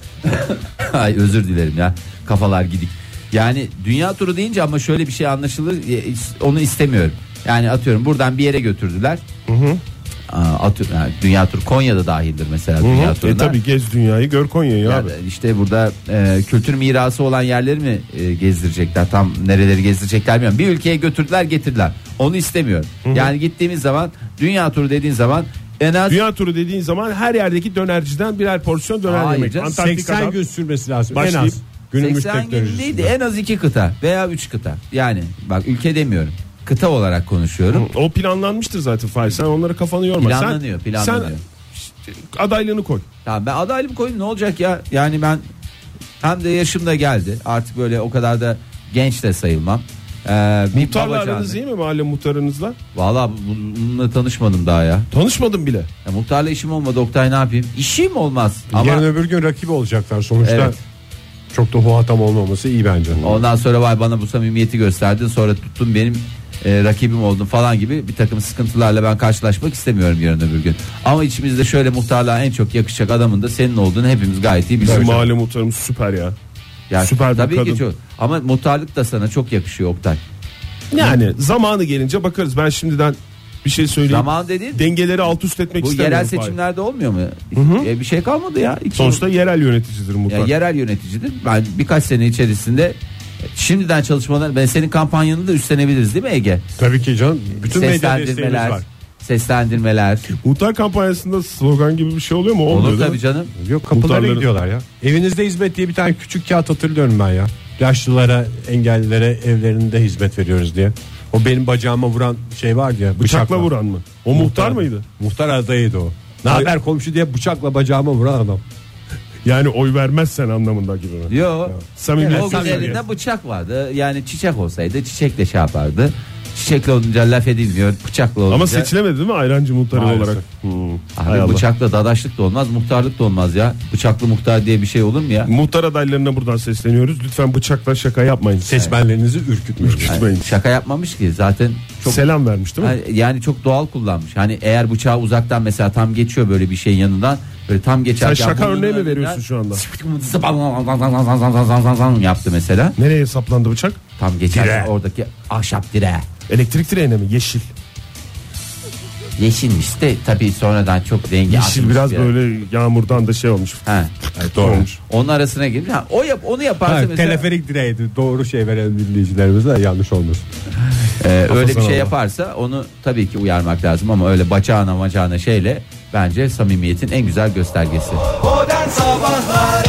Speaker 4: Ay özür dilerim ya. Kafalar gidik. Yani dünya turu deyince ama şöyle bir şey anlaşılır. e, Onu istemiyorum. Yani atıyorum buradan bir yere götürdüler.
Speaker 1: Hı hı.
Speaker 4: Aa, atıyorum, yani dünya turu Konya'da dahildir mesela
Speaker 1: Hı
Speaker 4: dünya
Speaker 1: hı.
Speaker 4: turuna.
Speaker 1: E tabi gez dünyayı, gör Konya'yı abi.
Speaker 4: Yani işte burada e, kültür mirası olan yerleri mi e, gezdirecekler, tam nereleri gezdirecekler bilmiyorum. Bir ülkeye götürdüler getirdiler, onu istemiyorum. Yani gittiğimiz zaman dünya turu dediğin zaman en az
Speaker 1: Dünya turu dediğin zaman her yerdeki dönerciden birer porsiyon döner
Speaker 4: Hayır
Speaker 1: yemek.
Speaker 4: canım,
Speaker 1: Antarktika'dan
Speaker 3: seksen gün sürmesi lazım en
Speaker 1: başlayıp
Speaker 3: az. Günümüz
Speaker 4: seksen gün
Speaker 3: teknolojisinde.
Speaker 4: değil de en az iki kıta veya üç kıta. Yani bak ülke demiyorum, kıta olarak konuşuyorum.
Speaker 1: o planlanmıştır zaten Fahir. Sen onları kafanı yorma.
Speaker 4: Planlanıyor,
Speaker 1: sen,
Speaker 4: planlanıyor.
Speaker 1: Sen adaylığını koy.
Speaker 4: Tamam, ben adaylığımı koyayım, ne olacak ya? Yani ben hem de yaşım da geldi. Artık böyle o kadar da genç de sayılmam. Ee, bir
Speaker 1: Muhtarla
Speaker 4: babacanlı-
Speaker 1: aranız iyi mi, mahalle muhtarınızla?
Speaker 4: Vallahi bununla tanışmadım daha ya.
Speaker 1: Tanışmadım bile.
Speaker 4: ya muhtarla işim olmadı Oktay, ne yapayım? İşim olmaz. Ama
Speaker 3: Yarın öbür gün rakibi olacaklar sonuçta.
Speaker 4: Evet.
Speaker 3: Çok da huatam olmaması iyi bence.
Speaker 4: ondan sonra vay bana bu samimiyeti gösterdin, sonra tuttun benim e, rakibim oldun falan gibi bir takım sıkıntılarla ben karşılaşmak istemiyorum yarın öbür gün. Ama içimizde şöyle muhtarlığa en çok yakışacak adamın da senin olduğunu hepimiz gayet iyi
Speaker 1: Bizim
Speaker 4: biliyoruz.
Speaker 1: mahalle muhtarımız süper ya.
Speaker 4: Yani
Speaker 1: süper bir
Speaker 4: tabii
Speaker 1: kadın.
Speaker 4: ki çok. Ama muhtarlık da sana çok yakışıyor Oktay.
Speaker 1: Yani zamanı gelince bakarız. Ben şimdiden bir şey söyleyeyim.
Speaker 4: Zaman dediğin
Speaker 1: Dengeleri alt üst etmek
Speaker 4: bu
Speaker 1: istemiyorum.
Speaker 4: yerel
Speaker 1: Fahir.
Speaker 4: seçimlerde olmuyor mu? E, bir şey kalmadı ya. İki
Speaker 1: Sonuçta yerel yöneticidir muhtar.
Speaker 4: Ya yerel yöneticidir. Ben birkaç sene içerisinde şimdiden çalışmalar, ben senin kampanyanı da üstlenebiliriz değil mi Ege?
Speaker 3: Tabii ki canım. Bütün medya desteğimiz
Speaker 4: Seslendirmeler,
Speaker 3: var.
Speaker 4: seslendirmeler.
Speaker 1: Muhtar kampanyasında slogan gibi bir şey oluyor mu? Olmuyor
Speaker 4: Olur
Speaker 1: değil
Speaker 4: tabii
Speaker 1: mi?
Speaker 4: canım.
Speaker 3: Yok, kapılara
Speaker 1: Muhtarların-
Speaker 3: gidiyorlar ya. Evinizde hizmet diye bir tane küçük kağıt hatırlıyorum ben ya. Yaşlılara, engellilere evlerinde hizmet veriyoruz diye. O benim bacağıma vuran şey vardı ya.
Speaker 1: Bıçakla vuran mı? O muhtar mıydı?
Speaker 3: Muhtar adayıydı o. Ne
Speaker 1: Hayır.
Speaker 3: haber komşu diye bıçakla bacağıma vuran adam.
Speaker 1: Yani oy vermezsen anlamında gibi mi?
Speaker 4: Yok.
Speaker 1: Samimiyet.
Speaker 4: O gün elinde bıçak vardı. Yani çiçek olsaydı çiçekle şey yapardı. Çiçekle olunca laf edilmiyor. Bıçakla olunca.
Speaker 1: Ama seçilemedi değil mi ayrancı muhtarı
Speaker 3: Maalesef.
Speaker 1: olarak? Hmm. Hay
Speaker 4: Abi
Speaker 1: Allah.
Speaker 4: bıçakla dadaşlık da olmaz, muhtarlık da olmaz ya. Bıçaklı muhtar diye bir şey olur mu ya?
Speaker 1: Muhtar adaylarına buradan sesleniyoruz. Lütfen bıçakla şaka yapmayın.
Speaker 3: Seçmenlerinizi ürkütmeyin.
Speaker 1: Ürkütmeyin.
Speaker 4: Şaka yapmamış ki zaten çok
Speaker 1: Selam vermiş değil mi?
Speaker 4: Yani- yani çok doğal kullanmış. Hani eğer bıçağı uzaktan mesela tam geçiyor böyle bir şeyin yanından, böyle tam geçerken
Speaker 1: Sen şaka
Speaker 4: burnunun
Speaker 1: örneği mi
Speaker 4: önünden
Speaker 1: veriyorsun şu anda?
Speaker 4: yaptı mesela.
Speaker 1: Nereye saplandı bıçak?
Speaker 4: Tam geçerken
Speaker 1: Dire.
Speaker 4: oradaki ahşap direğe.
Speaker 1: Elektrik direğine mi? Yeşil.
Speaker 4: Yeşilmiş de tabii sonradan çok rengi
Speaker 1: Yeşil
Speaker 4: atmış
Speaker 1: biraz
Speaker 4: bir-
Speaker 1: böyle yağmurdan da şey olmuş.
Speaker 4: Ha.
Speaker 1: Doğru olmuş.
Speaker 4: Onun arasına girdi. Ha, o yap onu yaparsa
Speaker 3: Ha,
Speaker 4: mesela
Speaker 3: teleferik direğiydi. Doğru şey veren dinleyicilerimize yanlış olmasın.
Speaker 4: e, öyle bir
Speaker 1: Kafasına
Speaker 4: şey
Speaker 1: bak.
Speaker 4: yaparsa onu tabii ki uyarmak lazım ama öyle bacağına macağına şeyle bence samimiyetin en güzel göstergesi.
Speaker 2: Modern Sabahlar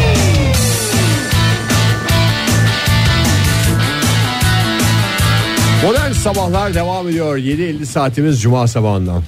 Speaker 3: Modern sabahlar devam ediyor. yedi elli saatimiz cuma sabahından.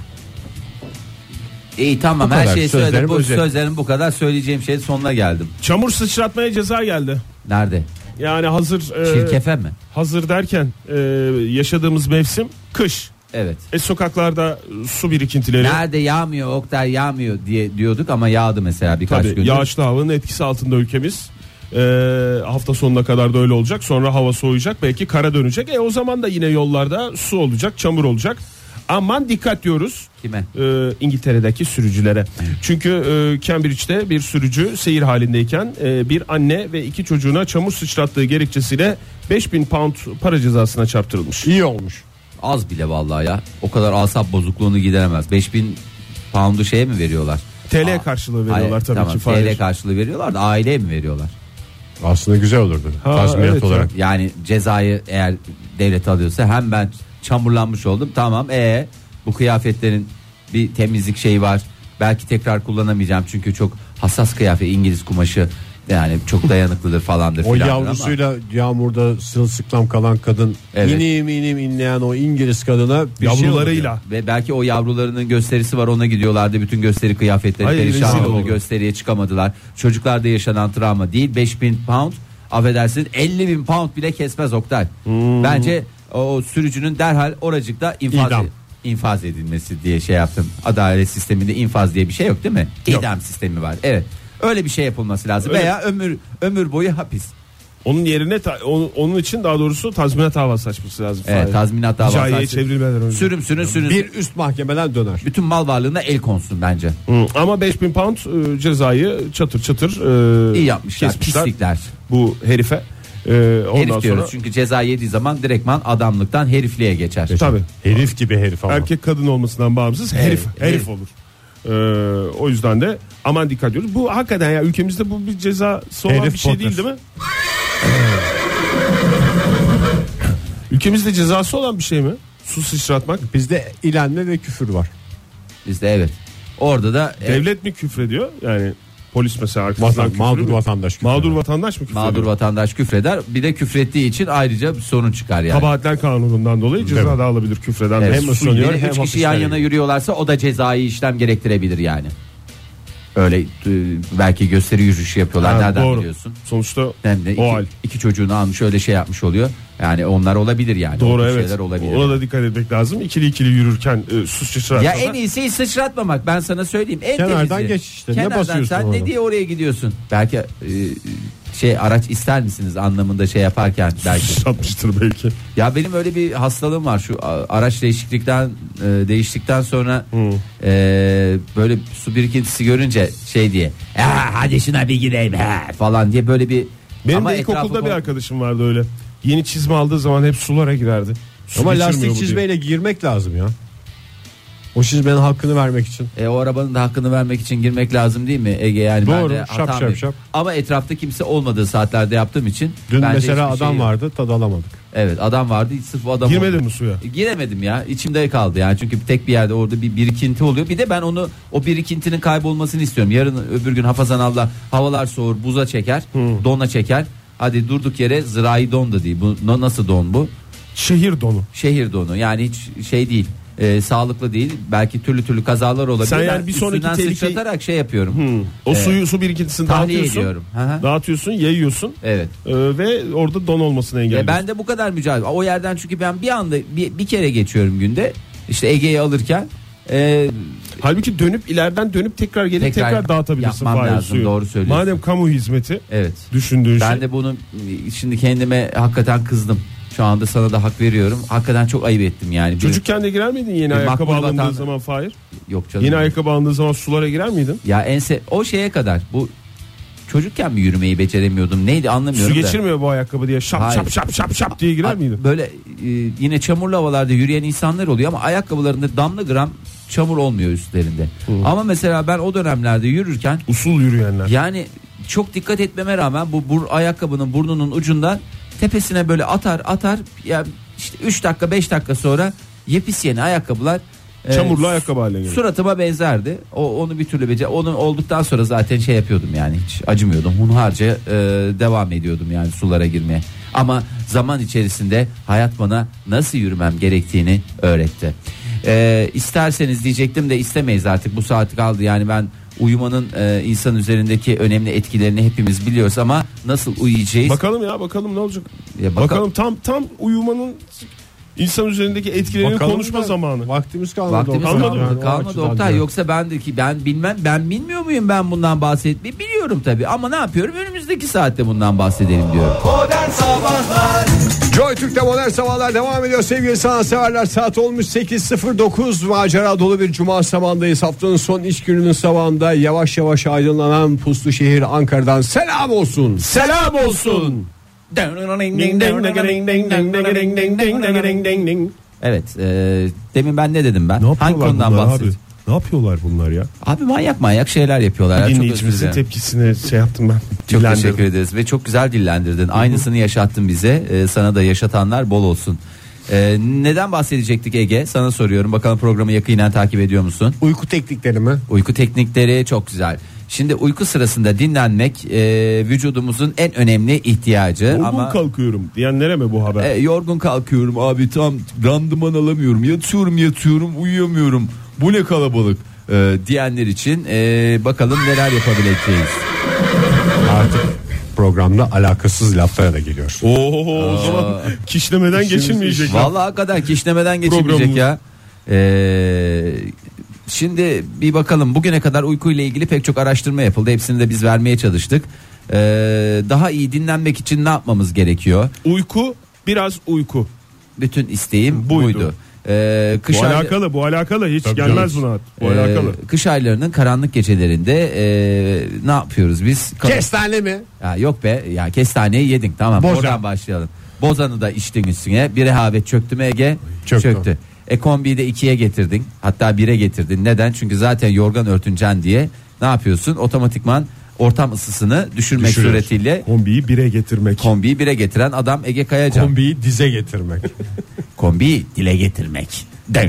Speaker 4: İyi tamam,
Speaker 3: Bu
Speaker 4: her
Speaker 3: kadar.
Speaker 4: şeyi söyledim.
Speaker 3: Sözlerim
Speaker 4: Bu
Speaker 3: özet.
Speaker 4: sözlerin bu kadar, söyleyeceğim şeyin sonuna geldim.
Speaker 1: Çamur sıçratmaya ceza geldi.
Speaker 4: Nerede?
Speaker 1: Yani hazır e,
Speaker 4: Şirkefe mi?
Speaker 1: hazır derken e, yaşadığımız mevsim kış.
Speaker 4: Evet.
Speaker 1: E sokaklarda su birikintileri.
Speaker 4: Nerede yağmıyor Oktay, yağmıyor diye diyorduk ama yağdı mesela birkaç
Speaker 1: Tabii
Speaker 4: gündür.
Speaker 1: yağışlı havanın etkisi altında ülkemiz. E, hafta sonuna kadar da öyle olacak. Sonra hava soğuyacak. Belki kara dönecek. E o zaman da yine yollarda su olacak, çamur olacak. Aman dikkat diyoruz.
Speaker 4: Kime?
Speaker 1: e, İngiltere'deki sürücülere. Çünkü e, Cambridge'de bir sürücü seyir halindeyken e, bir anne ve iki çocuğuna çamur sıçrattığı gerekçesiyle beş bin pound para cezasına çarptırılmış.
Speaker 3: İyi olmuş.
Speaker 4: Az bile vallahi ya. O kadar asap bozukluğunu gideremez. beş bin pound'u şeye mi veriyorlar?
Speaker 1: T L
Speaker 4: Aa,
Speaker 1: karşılığı veriyorlar
Speaker 4: hayır,
Speaker 1: tabii
Speaker 4: tamam,
Speaker 1: ki.
Speaker 4: T
Speaker 1: Fahir.
Speaker 4: L karşılığı veriyorlar da aileye mi veriyorlar?
Speaker 3: Aslında güzel olurdu.
Speaker 1: Ha,
Speaker 3: Tazminat
Speaker 1: evet
Speaker 3: olarak.
Speaker 4: Yani cezayı eğer devlet alıyorsa hem ben çamurlanmış oldum, tamam, e bu kıyafetlerin bir temizlik şeyi var. Belki tekrar kullanamayacağım çünkü çok hassas kıyafet, İngiliz kumaşı. Yani çok dayanıklıdır falandır
Speaker 3: O
Speaker 4: filan
Speaker 3: yavrusuyla ama. Yağmurda sırılsıklam kalan kadın,
Speaker 4: evet.
Speaker 3: inim inim inleyen o İngiliz kadına bir
Speaker 1: yavrularıyla
Speaker 3: şey
Speaker 4: ve belki o yavrularının gösterisi var, ona gidiyorlardı, bütün gösteri kıyafetleri
Speaker 1: Hayır,
Speaker 4: perişan oldu,
Speaker 1: oldu.
Speaker 4: gösteriye çıkamadılar. Çocuklarda yaşanan travma değil, beş bin pound, affedersin elli bin pound bile kesmez Oktay. Hmm. Bence o sürücünün derhal oracıkta infaz
Speaker 3: İdam.
Speaker 4: infaz edilmesi diye şey yaptım. Adalet sisteminde infaz diye bir şey yok değil mi?
Speaker 1: Yok.
Speaker 4: İdam sistemi var. Evet. Öyle bir şey yapılması lazım.
Speaker 1: Öyle.
Speaker 4: Veya ömür ömür boyu hapis.
Speaker 1: Onun yerine ta, onun, onun için daha doğrusu tazminat davası açması lazım.
Speaker 4: Evet,
Speaker 1: Fahir.
Speaker 4: tazminat davası.
Speaker 1: Hicayeye çevrilmeden önce.
Speaker 4: Sürüm sürüm sürüm.
Speaker 3: Bir üst mahkemeden döner.
Speaker 4: Bütün mal varlığına el konsun bence.
Speaker 1: Hı, ama beş bin pound e, cezayı çatır çatır e,
Speaker 4: İyi yapmışlar,
Speaker 1: kesmişler
Speaker 4: pislikler.
Speaker 1: bu herife. E, ondan
Speaker 4: Herif
Speaker 1: sonra
Speaker 4: diyoruz çünkü ceza yediği zaman direktman adamlıktan herifliğe geçer.
Speaker 1: tabii.
Speaker 3: Herif gibi herif ama.
Speaker 1: Erkek kadın olmasından bağımsız herif
Speaker 4: Herif,
Speaker 1: herif,
Speaker 4: herif.
Speaker 1: olur. Ee, o yüzden de aman dikkat ediyoruz. Bu hakikaten ya ülkemizde bu bir cezası olan
Speaker 3: Herif
Speaker 1: bir şey
Speaker 3: Potter.
Speaker 1: değil değil mi? Ülkemizde cezası olan bir şey mi? Su sıçratmak.
Speaker 3: Bizde ilenme ve küfür var.
Speaker 4: Bizde evet. Orada da e,
Speaker 1: Devlet mi küfrediyor? Yani polis mesela arkasından
Speaker 3: Vatan,
Speaker 1: küfür
Speaker 3: mağdur
Speaker 1: mü?
Speaker 3: vatandaş küfür.
Speaker 1: Mağdur vatandaş mı küfrediyor?
Speaker 4: mağdur vatandaş küfreder. Bir de küfrettiği için ayrıca bir sorun çıkar yani.
Speaker 1: Kabahatler kanunundan dolayı ceza
Speaker 3: Değil mi?
Speaker 1: da alabilir küfreden.
Speaker 4: Evet.
Speaker 1: de.
Speaker 3: Hem
Speaker 1: Su
Speaker 3: ısınıyor,
Speaker 1: yiyor.
Speaker 4: Bir de
Speaker 3: hem
Speaker 4: üç kişi
Speaker 3: hapis
Speaker 4: yan
Speaker 3: veriyor.
Speaker 4: yana yürüyorlarsa o da cezai işlem gerektirebilir yani. Öyle e, belki gösteri yürüyüşü yapıyorlar.
Speaker 1: Ha,
Speaker 4: Nereden
Speaker 1: doğru.
Speaker 4: biliyorsun?
Speaker 1: Sonuçta
Speaker 4: Hem de iki,
Speaker 1: o hal.
Speaker 4: iki çocuğunu almış öyle şey yapmış oluyor. Yani onlar olabilir yani.
Speaker 1: Doğru,
Speaker 4: O tür
Speaker 1: evet.
Speaker 4: şeyler olabilir.
Speaker 1: Ona da dikkat etmek lazım. İkili ikili yürürken e, su sıçratmadan.
Speaker 4: Ya en iyisi hiç sıçratmamak, ben sana söyleyeyim. En
Speaker 3: Kenardan
Speaker 4: temizi.
Speaker 3: geç işte. Ne
Speaker 4: Kenardan
Speaker 3: basıyorsun
Speaker 4: sen
Speaker 3: orada?
Speaker 4: ne diye oraya gidiyorsun? Belki e, şey araç ister misiniz anlamında şey yaparken belki.
Speaker 1: Sıçratmıştır belki.
Speaker 4: Ya benim öyle bir hastalığım var, şu a- araç değişiklikten e, değiştikten sonra e, böyle su birikintisi görünce şey diye "Ya, hadi şuna bir gireyim he" falan diye böyle bir.
Speaker 1: Benim
Speaker 4: Ama
Speaker 1: de ilkokulda
Speaker 4: etrafı-
Speaker 1: bir arkadaşım vardı öyle. Yeni çizme aldığı zaman hep sulara girerdi. Su
Speaker 3: Ama
Speaker 1: geçirmiyor
Speaker 3: lastik
Speaker 1: bu diye.
Speaker 3: çizmeyle girmek lazım ya. O çizmenin hakkını vermek için.
Speaker 4: E, o arabanın da hakkını vermek için girmek lazım değil mi Ege, yani
Speaker 3: Doğru,
Speaker 4: ben de
Speaker 3: şap
Speaker 4: hatam
Speaker 3: şap
Speaker 4: bir-
Speaker 3: şap.
Speaker 4: Ama etrafta kimse olmadığı saatlerde yaptığım için.
Speaker 3: Dün
Speaker 4: bence
Speaker 3: mesela
Speaker 4: hiçbir
Speaker 3: adam
Speaker 4: şey yok.
Speaker 3: vardı, tad alamadık.
Speaker 4: Evet, adam vardı, sırf o adam
Speaker 1: Girmedin
Speaker 4: oldu.
Speaker 1: mi suya?
Speaker 4: E, Giremedim ya, içimde kaldı yani, çünkü tek bir yerde orada bir birikinti oluyor. Bir de ben onu, o birikintinin kaybolmasını istiyorum. Yarın öbür gün hafazan Allah havalar soğur, buza çeker, dona çeker. Hadi durduk yere zirai don da değil. Bu na- nasıl don bu?
Speaker 1: Şehir donu.
Speaker 4: Şehir donu, yani hiç şey değil. E, sağlıklı değil. Belki türlü türlü kazalar olabilir.
Speaker 1: Sen yani
Speaker 4: Ben
Speaker 1: bir sonraki
Speaker 4: üstünden
Speaker 1: tehlikeyi-
Speaker 4: sıçratarak şey yapıyorum.
Speaker 1: Hmm. O suyu su birikintisini
Speaker 4: Tahliye
Speaker 1: dağıtıyorsun.
Speaker 4: ediyorum. Hı hı.
Speaker 1: Dağıtıyorsun, yayıyorsun.
Speaker 4: Evet.
Speaker 1: Ee, ve orada don olmasını
Speaker 4: E
Speaker 1: engelliyorsun.
Speaker 4: ben de bu kadar mücadele. O yerden çünkü ben bir anda bir, bir kere geçiyorum günde. İşte Ege'yi alırken e,
Speaker 1: Halbuki dönüp ileriden dönüp tekrar gelip
Speaker 4: Tekrar
Speaker 1: tekrar, dağıtabilirsin.
Speaker 4: yapmam
Speaker 1: Fahir
Speaker 4: lazım,
Speaker 1: suyu.
Speaker 4: doğru söylüyorsun.
Speaker 1: Madem kamu hizmeti
Speaker 4: evet.
Speaker 1: düşündüğün
Speaker 4: Ben
Speaker 1: şey.
Speaker 4: de bunu şimdi kendime hakikaten kızdım. Şu anda sana da hak veriyorum. Hakikaten çok ayıp ettim yani. Bir-
Speaker 1: Çocukken de girer miydin yeni
Speaker 4: Bir
Speaker 1: ayakkabı
Speaker 4: makbul
Speaker 1: alındığı
Speaker 4: vatan-
Speaker 1: zaman Fahir?
Speaker 4: Yok canım.
Speaker 1: Yeni ayakkabı alındığı zaman sulara girer miydin?
Speaker 4: Ya ense o şeye kadar bu çocukken mi yürümeyi beceremiyordum? Neydi anlamıyorum
Speaker 1: Su
Speaker 4: da.
Speaker 1: geçirmiyor bu ayakkabı diye şap
Speaker 4: Hayır.
Speaker 1: şap şap şap şap diye girer
Speaker 4: A-
Speaker 1: miydin?
Speaker 4: Böyle e, yine çamurlu havalarda yürüyen insanlar oluyor ama ayakkabılarında damla gram çamur olmuyor üstlerinde. Ama mesela ben o dönemlerde yürürken
Speaker 1: Usul yürüyenler.
Speaker 4: yani çok dikkat etmeme rağmen bu bur, ayakkabının burnunun ucundan tepesine böyle atar atar ya işte üç dakika beş dakika sonra yepis yeni ayakkabılar e,
Speaker 1: Çamurlu ayakkabı haline geliyor.
Speaker 4: suratıma benzerdi. O onu bir türlü becer. Onun olduktan sonra zaten şey yapıyordum yani, hiç acımıyordum. Hunharca e, devam ediyordum yani sulara girmeye. Ama zaman içerisinde hayat bana nasıl yürümem gerektiğini öğretti. E, isterseniz diyecektim de istemeyiz artık, bu saat kaldı yani. Ben uyumanın e, insan üzerindeki önemli etkilerini hepimiz biliyoruz ama nasıl uyuyacağız?
Speaker 1: Bakalım ya bakalım ne olacak.
Speaker 4: Ya baka-
Speaker 1: bakalım tam tam uyumanın insan üzerindeki etkilerini
Speaker 3: Bakalım
Speaker 1: konuşma
Speaker 3: da
Speaker 1: zamanı.
Speaker 3: Vaktimiz kalmadı.
Speaker 4: Vaktimiz
Speaker 3: Oktay.
Speaker 1: kalmadı mı?
Speaker 3: Yani o
Speaker 4: kalmadı
Speaker 3: açıdan
Speaker 4: Oktay,
Speaker 3: diyorum.
Speaker 4: yoksa ben de ki ben bilmem, ben bilmiyor muyum ben bundan bahsetmeyi biliyorum tabii ama ne yapıyorum, önümüzdeki saatte bundan bahsedelim diyorum.
Speaker 2: Modern Sabahlar
Speaker 3: Joy Türk'te modern sabahlar devam ediyor sevgili sanatseverler. Saat olmuş sekiz sıfır dokuz, macera dolu bir cuma sabahındayız. Haftanın son iş gününün sabahında yavaş yavaş aydınlanan puslu şehir Ankara'dan selam olsun.
Speaker 1: Selam olsun.
Speaker 4: Evet, e, demin ben ne dedim ben?
Speaker 1: Ne
Speaker 4: Hangi
Speaker 1: yapıyorlar
Speaker 4: konudan
Speaker 1: bunlar abi?
Speaker 4: bahsediyorum?
Speaker 1: Ne yapıyorlar bunlar ya?
Speaker 4: Abi manyak manyak şeyler yapıyorlar. Ya, çok özür
Speaker 1: Dinleyicimizin
Speaker 4: dilerim.
Speaker 1: tepkisini şey yaptım ben.
Speaker 4: Çok
Speaker 1: Dillendirdim.
Speaker 4: teşekkür ederiz ve çok güzel dillendirdin. Aynısını yaşattın bize. Ee, sana da yaşatanlar bol olsun. Ee, neden bahsedecektik Ege? Sana soruyorum. Bakalım programı yakinen takip ediyor musun?
Speaker 3: Uyku teknikleri mi?
Speaker 4: Uyku teknikleri çok güzel. Şimdi uyku sırasında dinlenmek e, vücudumuzun en önemli ihtiyacı.
Speaker 1: Yorgun
Speaker 4: ama
Speaker 1: kalkıyorum diyenlere mi bu haber?
Speaker 4: e, yorgun kalkıyorum abi, tam randıman alamıyorum, yatıyorum yatıyorum uyuyamıyorum, bu ne kalabalık e, diyenler için e, bakalım neler yapabileceğiz.
Speaker 3: Artık programda alakasız laflara da geliyor.
Speaker 1: Oo, o zaman kişnemeden geçilmeyecek.
Speaker 4: Vallahi hakikaten kişnemeden geçilmeyecek ya. Ee, şimdi bir bakalım, bugüne kadar uykuyla ilgili pek çok araştırma yapıldı. Hepsini de biz vermeye çalıştık. Ee, daha iyi dinlenmek için ne yapmamız gerekiyor?
Speaker 1: Uyku, biraz uyku.
Speaker 4: Bütün isteğim
Speaker 1: Buydu.
Speaker 4: buydu. Ee, kış
Speaker 1: Bu
Speaker 4: ay-
Speaker 1: alakalı, bu alakalı hiç
Speaker 3: Tabii
Speaker 1: gelmez
Speaker 3: canım.
Speaker 1: buna. Bu
Speaker 4: Ee,
Speaker 1: alakalı.
Speaker 4: kış aylarının karanlık gecelerinde e, ne yapıyoruz biz?
Speaker 3: Kestane mi?
Speaker 4: Ya yok be, ya kestaneyi yedin, tamam.
Speaker 3: Bozan.
Speaker 4: Oradan başlayalım. Bozanı da içtin üstüne. Bir rehavet çöktü mü Ege?
Speaker 3: Çöktü.
Speaker 4: Çöktü. E kombiyi de ikiye getirdin. Hatta bire getirdin. Neden? Çünkü zaten yorgan örtüncen diye ne yapıyorsun? Otomatikman ortam ısısını düşürmek
Speaker 3: Düşürüyor.
Speaker 4: suretiyle
Speaker 1: Kombiyi bire getirmek.
Speaker 4: kombiyi bire getiren adam Ege Kayacan.
Speaker 3: Kombiyi dize getirmek.
Speaker 4: Kombiyi dile getirmek.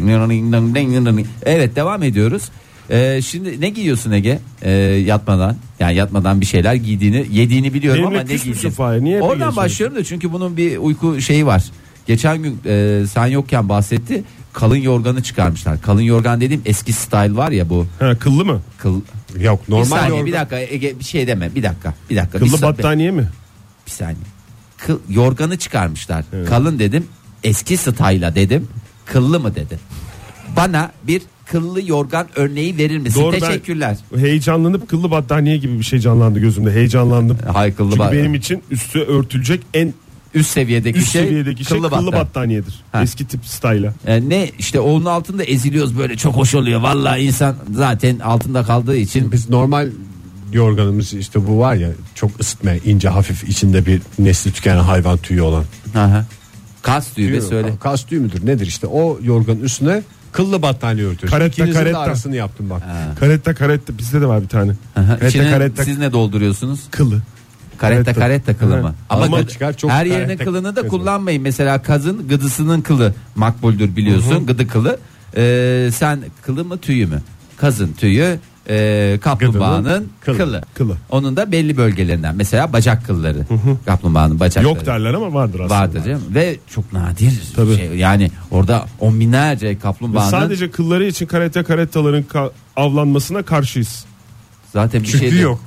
Speaker 4: Evet, devam ediyoruz. Ee, şimdi ne giyiyorsun Ege? Ee, yatmadan, yani yatmadan bir şeyler giydiğini, yediğini biliyorum
Speaker 1: Benimle
Speaker 4: ama ne
Speaker 1: küs müsün
Speaker 4: giydiğini.
Speaker 1: Fahir? Niye hep
Speaker 4: Oradan
Speaker 1: biliyorsun?
Speaker 4: başlıyorum da çünkü bunun bir uyku şeyi var. Geçen gün e, sen yokken bahsetti. Kalın yorganı çıkarmışlar. Kalın yorgan dediğim eski style var ya, bu
Speaker 1: Ha, kıllı mı?
Speaker 4: kıl.
Speaker 3: Yok,
Speaker 4: Bir
Speaker 3: normal
Speaker 4: saniye,
Speaker 3: yorgan.
Speaker 4: bir dakika Ege, bir şey deme, bir dakika bir dakika.
Speaker 1: Kıllı
Speaker 4: bir, sa-
Speaker 1: battaniye mi?
Speaker 4: bir saniye. Kıl, yorganı çıkarmışlar. Kalın dedim, eski style'a dedim. Kıllı mı dedi. Bana bir kıllı yorgan örneği verir misin?
Speaker 1: Doğru, ben-
Speaker 4: Teşekkürler.
Speaker 1: Heyecanlanıp kıllı battaniye gibi bir şey canlandı gözümde. Heyecanlandım.
Speaker 4: Hay, kıllı
Speaker 1: Çünkü
Speaker 4: ba-
Speaker 1: benim için üstü örtülecek en
Speaker 4: üst seviyedeki
Speaker 1: üst
Speaker 4: şey
Speaker 1: seviyedeki şey
Speaker 4: kıllı,
Speaker 1: kıllı,
Speaker 4: battan.
Speaker 1: battaniyedir.
Speaker 4: Ha.
Speaker 1: Eski tip style'a.
Speaker 4: E, ne işte onun altında eziliyoruz, böyle çok hoş oluyor. Vallahi insan zaten altında kaldığı için
Speaker 3: Biz normal yorganımız işte bu var ya, çok ısıtmayan, ince, hafif, içinde bir nesli tükenen hayvan tüyü olan.
Speaker 4: Aha. Kas tüyü be
Speaker 3: Tüyü,
Speaker 4: söyle.
Speaker 3: Kas tüyü müdür nedir işte, o yorganın üstüne kıllı battaniye örtüyoruz.
Speaker 1: Karetta,
Speaker 3: İkinizin de
Speaker 1: karetta.
Speaker 3: arasını yaptım bak.
Speaker 1: Karetta karetta bizde de var bir tane.
Speaker 4: Aha.
Speaker 1: Karetta
Speaker 4: İçine
Speaker 1: karetta
Speaker 4: siz ne dolduruyorsunuz?
Speaker 1: kılı.
Speaker 4: Karetta
Speaker 1: Karetta.
Speaker 4: karetta kılı
Speaker 1: Evet.
Speaker 4: mı?
Speaker 3: Ama
Speaker 4: gıd-
Speaker 3: çıkar, çok
Speaker 4: her yerinin
Speaker 3: karetta
Speaker 4: kılını da
Speaker 3: kılı.
Speaker 4: kullanmayın. Mesela kazın gıdısının kılı makbuldür biliyorsun. Gıdı kılı. Ee, sen kılı mı tüyü mü? Kazın tüyü, e, kaplumbağanın
Speaker 3: Gıdının
Speaker 4: kılı.
Speaker 3: kılı.
Speaker 1: Kılı.
Speaker 4: Onun da belli bölgelerinden. Mesela bacak kılları. Kaplumbağanın bacakları.
Speaker 1: Yok derler ama vardır aslında.
Speaker 4: Vardır canım. Ve çok nadir.
Speaker 1: Tabii.
Speaker 4: Şey, yani orada on binlerce kaplumbağanın
Speaker 1: Sadece kılları için karetta karettaların ka- avlanmasına karşıyız.
Speaker 4: zaten bir
Speaker 3: Çünkü
Speaker 4: şey de-
Speaker 3: yok.